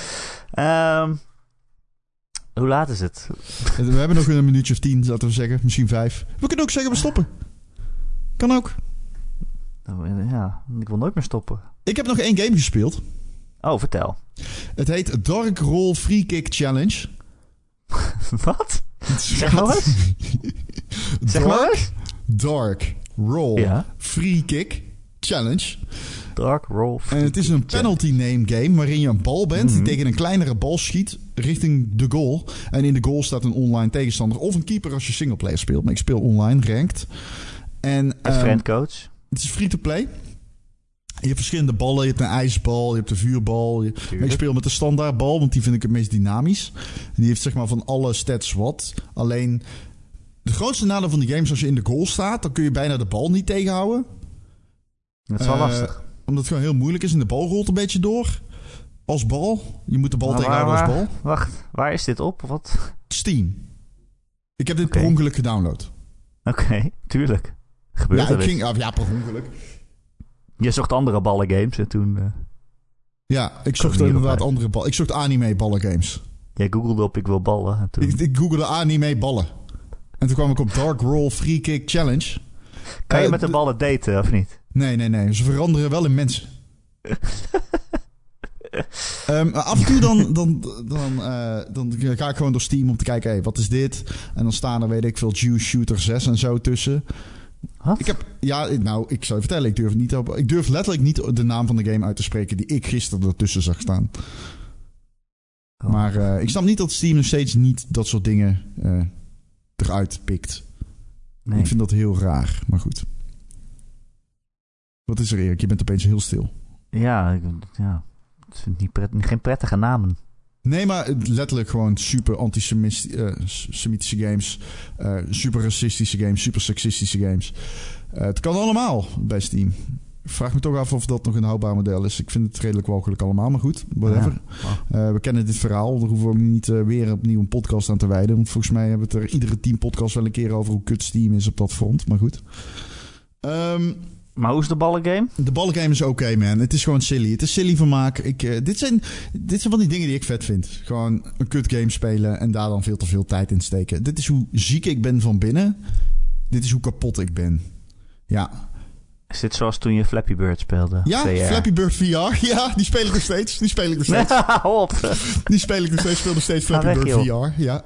Hoe laat is het? We hebben nog een minuutje of 10, laten we zeggen. Misschien 5. We kunnen ook zeggen we stoppen. Kan ook. Ja, ik wil nooit meer stoppen. Ik heb nog 1 game gespeeld. Oh, vertel. Het heet Dark Roll Free Kick Challenge. Wat? Zeg maar wat? Zeg maar wat? Dark Roll Free Kick Challenge. Dark Roll Free En het is een penalty name game waarin je een bal bent die tegen een kleinere bal schiet richting de goal. En in de goal staat een online tegenstander of een keeper als je singleplayer speelt. Maar ik speel online, ranked. En met friendcoach. Het is free-to-play. Je hebt verschillende ballen. Je hebt een ijsbal, je hebt een vuurbal. Maar ik speel met de standaardbal, want die vind ik het meest dynamisch. En die heeft zeg maar van alle stats wat. Alleen, de grootste nadeel van die game is als je in de goal staat, dan kun je bijna de bal niet tegenhouden. Dat is wel lastig. Omdat het gewoon heel moeilijk is en de bal rolt een beetje door. Als bal. Je moet de bal tegenhouden als bal. Wacht, waar is dit op? Wat? Steam. Ik heb dit per ongeluk gedownload. Oké, tuurlijk. Gebeurt per ongeluk. Je zocht andere ballengames en toen... Ja, ik zocht inderdaad andere ballen. Ik zocht anime ballengames. Jij googelde op ik wil ballen. En toen... Ik googelde anime ballen. En toen kwam ik op Dark Roll Free Kick Challenge. Kan je met de ballen daten of niet? Nee. Ze veranderen wel in mensen. Af en toe dan ga ik gewoon door Steam om te kijken, wat is dit? En dan staan er, weet ik veel, Juice Shooter 6 en zo tussen. Wat? Ik zou je vertellen, ik durf letterlijk niet de naam van de game uit te spreken die ik gisteren ertussen zag staan. Oh. Maar ik snap niet dat Steam nog steeds niet dat soort dingen eruit pikt. Nee. Ik vind dat heel raar, maar goed. Wat is er, Erik? Je bent opeens heel stil. Ja, ik vind geen prettige namen. Nee, maar letterlijk gewoon super antisemitische games. Super racistische games, super seksistische games. Het kan allemaal bij Steam. Ik vraag me toch af of dat nog een houdbaar model is. Ik vind het redelijk walgelijk allemaal, maar goed, whatever. Ja. We kennen dit verhaal. Daar hoeven we ook niet weer opnieuw een podcast aan te wijden. Want volgens mij hebben we het er iedere 10 podcasts wel een keer over hoe kut Steam is op dat front. Maar goed. Maar hoe is de ballengame? De ballengame is oké, man. Het is gewoon silly. Het is silly vermaak. Dit zijn van die dingen die ik vet vind. Gewoon een kut game spelen en daar dan veel te veel tijd in steken. Dit is hoe ziek ik ben van binnen. Dit is hoe kapot ik ben. Ja. Is dit zoals toen je Flappy Bird speelde? Ja, VR. Flappy Bird VR. Ja, die speel ik nog steeds. Die speel ik nog steeds. Speel nog steeds Flappy Bird VR. Ja.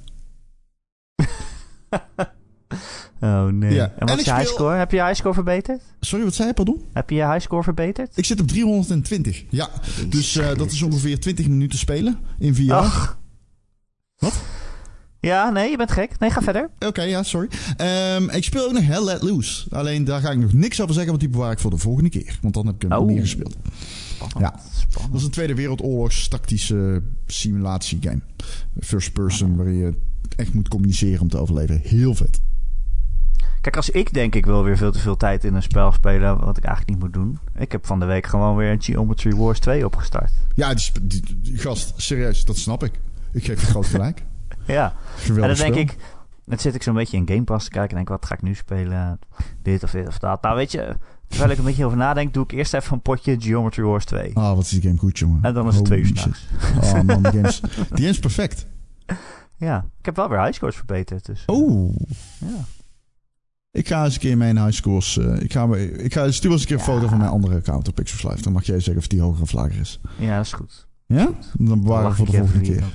Oh nee. Ja. En wat is je highscore? Heb je je highscore verbeterd? Sorry, wat zei je, pardon? Heb je je highscore verbeterd? Ik zit op 320. Ja, dus dat is ongeveer 20 minuten spelen in VR. Ach. Wat? Ja, nee, je bent gek. Nee, ga verder. Oké, ja, sorry. Ik speel ook nog Hell Let Loose. Alleen daar ga ik nog niks over zeggen, want die bewaar ik voor de volgende keer. Want dan heb ik hem nog meer gespeeld. Spannend. Ja. Dat is een Tweede Wereldoorlogs tactische simulatie game. First person, waar je echt moet communiceren om te overleven. Heel vet. Kijk, als ik denk ik wil weer veel te veel tijd in een spel spelen, wat ik eigenlijk niet moet doen. Ik heb van de week gewoon weer Geometry Wars 2 opgestart. Ja, die gast, serieus, dat snap ik. Ik geef je groot gelijk. Ja, geweldig en dan denk spel. dan zit ik zo'n beetje in Game Pass te kijken en denk, wat ga ik nu spelen? Dit of dat. Nou, weet je, terwijl ik een beetje over nadenk, doe ik eerst even een potje Geometry Wars 2. Ah, wat is die game goed, jongen. En dan is het 2 uur s'nachts. Oh man, die game is perfect. Ja, ik heb wel weer highscores verbeterd. Dus, ja. Ik ga eens een keer mijn highscores... ik ga stuur eens een keer een foto van mijn andere account op Pixels Live. Dan mag jij zeggen of die hoger of lager is. Ja, dat is goed. Ja? Dan bewaren we voor de volgende keer.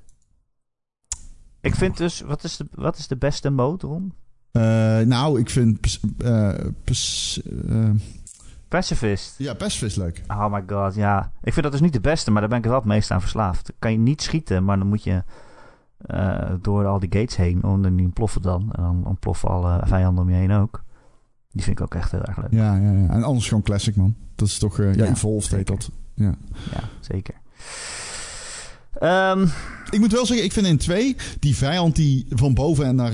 Ik vind dus... Wat is de beste mode, Ron? Nou, ik vind... Pacifist. Ja, Pacifist leuk. Oh my god, ja. Ik vind dat dus niet de beste, maar daar ben ik wel het meest aan verslaafd. Kan je niet schieten, maar dan moet je... door al die gates heen. En dan ontploffen dan. En dan ontploffen alle vijanden om je heen ook. Die vind ik ook echt heel erg leuk. Ja. En anders gewoon classic, man. Dat is toch... Evolved heet dat. Ja, zeker. Ik moet wel zeggen, ik vind in 2... die vijand die van boven en naar...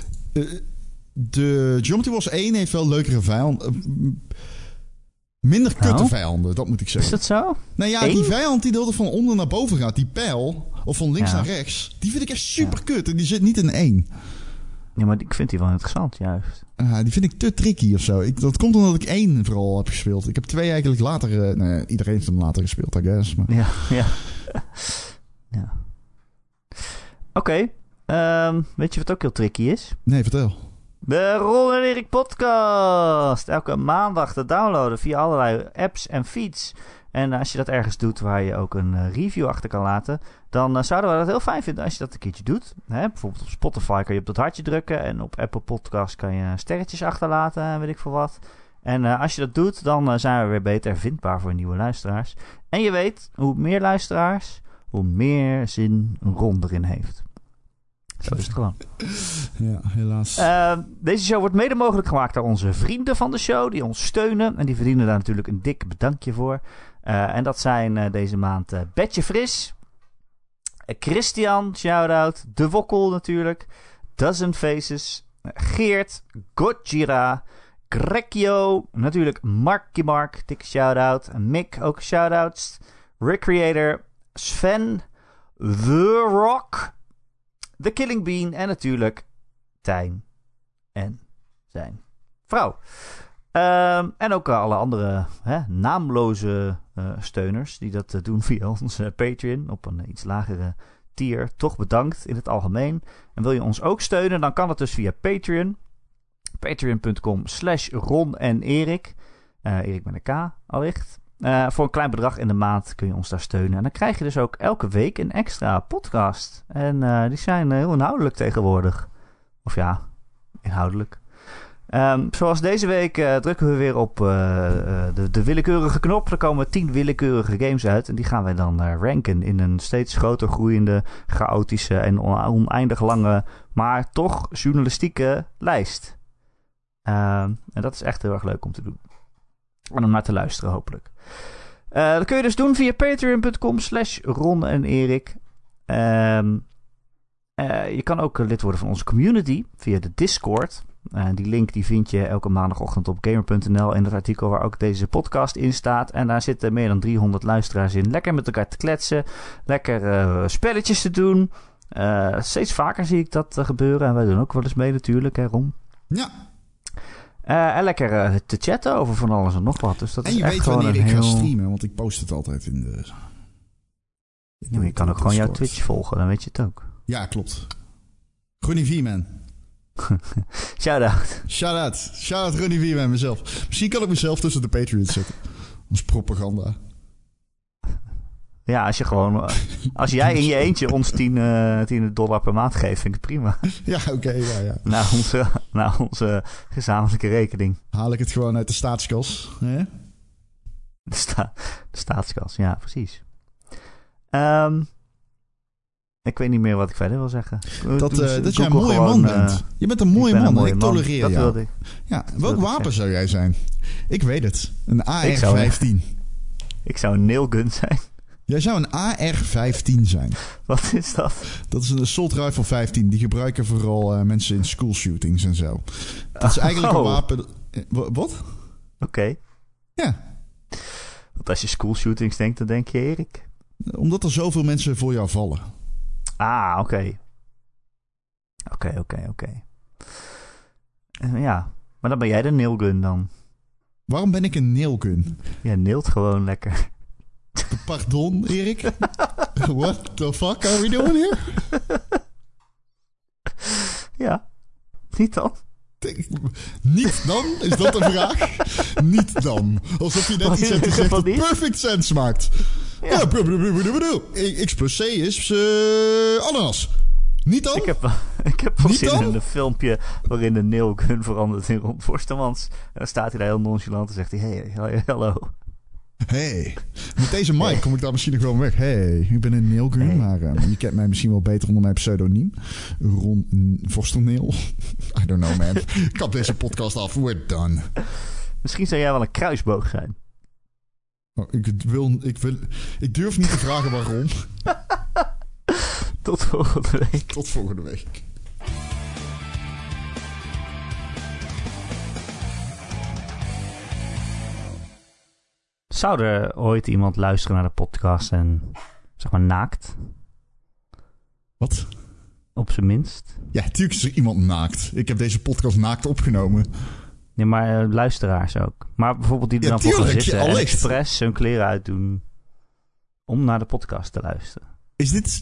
de Geometry Wars 1 heeft wel leukere vijanden... minder kutte vijanden, dat moet ik zeggen. Is dat zo? Nou ja, die vijand die er van onder naar boven gaat, die pijl, of van links naar rechts, die vind ik echt super kut. En die zit niet in 1. Ja, maar ik vind die wel interessant, juist. Die vind ik te tricky of zo. Dat komt omdat ik 1 vooral heb gespeeld. Ik heb 2 eigenlijk later... iedereen heeft hem later gespeeld, I guess. Maar... Ja. Oké. Weet je wat ook heel tricky is? Nee, vertel. De Ron en Erik podcast. Elke maandag te downloaden via allerlei apps en feeds. En als je dat ergens doet waar je ook een review achter kan laten... dan zouden we dat heel fijn vinden als je dat een keertje doet. Bijvoorbeeld op Spotify kan je op dat hartje drukken... en op Apple Podcasts kan je sterretjes achterlaten en weet ik veel wat. En als je dat doet, dan zijn we weer beter vindbaar voor nieuwe luisteraars. En je weet, hoe meer luisteraars, hoe meer zin Ron erin heeft. Zo is het gewoon. Ja, helaas. Deze show wordt mede mogelijk gemaakt door onze vrienden van de show... die ons steunen. En die verdienen daar natuurlijk een dik bedankje voor. En dat zijn deze maand Betje Fris... Christian, shout-out. De Wokkel natuurlijk. Dozen Faces. Geert. Gojira. Grekio. Natuurlijk Marky Mark. Dikke shout-out. Mick, ook shout-outs. Recreator. Sven. The Rock... The Killing Bean en natuurlijk Tijn en zijn vrouw. En ook alle andere naamloze steuners die dat doen via onze Patreon op een iets lagere tier. Toch bedankt in het algemeen. En wil je ons ook steunen, dan kan dat dus via Patreon. Patreon.com/Ron en Erik. Erik met een K, allicht. Voor een klein bedrag in de maand kun je ons daar steunen. En dan krijg je dus ook elke week een extra podcast. En die zijn heel inhoudelijk tegenwoordig. Of ja, inhoudelijk. Zoals deze week drukken we weer op de willekeurige knop. Er komen 10 willekeurige games uit. En die gaan wij dan ranken in een steeds groter groeiende, chaotische en oneindig lange, maar toch journalistieke lijst. En dat is echt heel erg leuk om te doen. En om naar te luisteren hopelijk. Dat kun je dus doen via patreon.com/Ron en Erik. Je kan ook lid worden van onze community via de Discord. Die link die vind je elke maandagochtend op gamer.nl in het artikel waar ook deze podcast in staat. En daar zitten meer dan 300 luisteraars in. Lekker met elkaar te kletsen. Lekker spelletjes te doen. Steeds vaker zie ik dat gebeuren. En wij doen ook wel eens mee natuurlijk, hè Ron? Ja. En lekker te chatten over van alles en nog wat. Dus dat en is je echt weet gewoon wanneer ik heel... ga streamen, want ik post het altijd in de... Ja, maar je kan ook gewoon jouw Twitch volgen, dan weet je het ook. Ja, klopt. Ronnie V-Man. Shout-out. Shout-out Ronnie V-Man, mezelf. Misschien kan ik mezelf tussen de Patreons zetten. Als propaganda. Ja, als jij in je eentje ons $10 per maand geeft, vind ik het prima. Ja, oké, ja. Naar onze gezamenlijke rekening. Haal ik het gewoon uit de staatskas. Hè? De staatskas, ja, precies. Ik weet niet meer wat ik verder wil zeggen. Dat jij een mooie man bent. Je bent een mooie man. Ik tolereer dat jou. wilde ik. Ja, welk wapen zou jij zijn? Ik weet het. Een AR-15. Ik zou een nailgun zijn. Jij zou een AR-15 zijn. Wat is dat? Dat is een assault rifle 15. Die gebruiken vooral mensen in school shootings en zo. Dat is eigenlijk een wapen... Wat? Oké. Ja. Want als je school shootings denkt, dan denk je Erik. Omdat er zoveel mensen voor jou vallen. Ah, oké. Oké. Ja, maar dan ben jij de nailgun dan. Waarom ben ik een nailgun? Jij nailt gewoon lekker. Pardon, Erik? What the fuck are we doing here? Ja, niet dan. Niet dan? Is dat een vraag? Niet dan. Alsof je net iets hebt gezegd dat perfect sense maakt. Ja, X plus C is ananas. Niet dan? Ik heb wel zin in een filmpje waarin de nailgun verandert in Ron Forstemans. En dan staat hij daar heel nonchalant en zegt hij, hey, hallo. Hey, met deze mic kom ik daar misschien nog wel weg. Hey, ik ben een nailgun, maar je kent mij misschien wel beter onder mijn pseudoniem. Ron Forstemneel. I don't know, man. Kap deze podcast af. We're done. Misschien zou jij wel een kruisboog zijn. Oh, ik durf niet te vragen waarom. Tot volgende week. Tot volgende week. Zou er ooit iemand luisteren naar de podcast en, zeg maar, naakt? Wat? Op zijn minst. Ja, natuurlijk is er iemand naakt. Ik heb deze podcast naakt opgenomen. Ja, maar luisteraars ook. Maar bijvoorbeeld die er dan voor gaan zitten en expres hun kleren uitdoen om naar de podcast te luisteren. Is dit...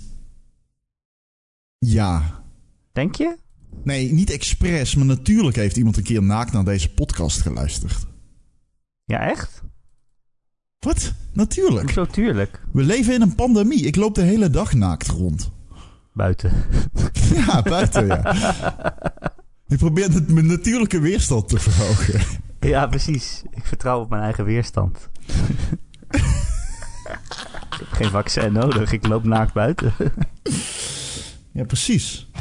Ja. Denk je? Nee, niet expres, maar natuurlijk heeft iemand een keer naakt naar deze podcast geluisterd. Ja, echt? Wat? Natuurlijk. Zo tuurlijk. We leven in een pandemie. Ik loop de hele dag naakt rond. Buiten. Ja, buiten, ja. Ik probeer mijn natuurlijke weerstand te verhogen. Ja, precies. Ik vertrouw op mijn eigen weerstand. Ik heb geen vaccin nodig. Ik loop naakt buiten. Ja, precies.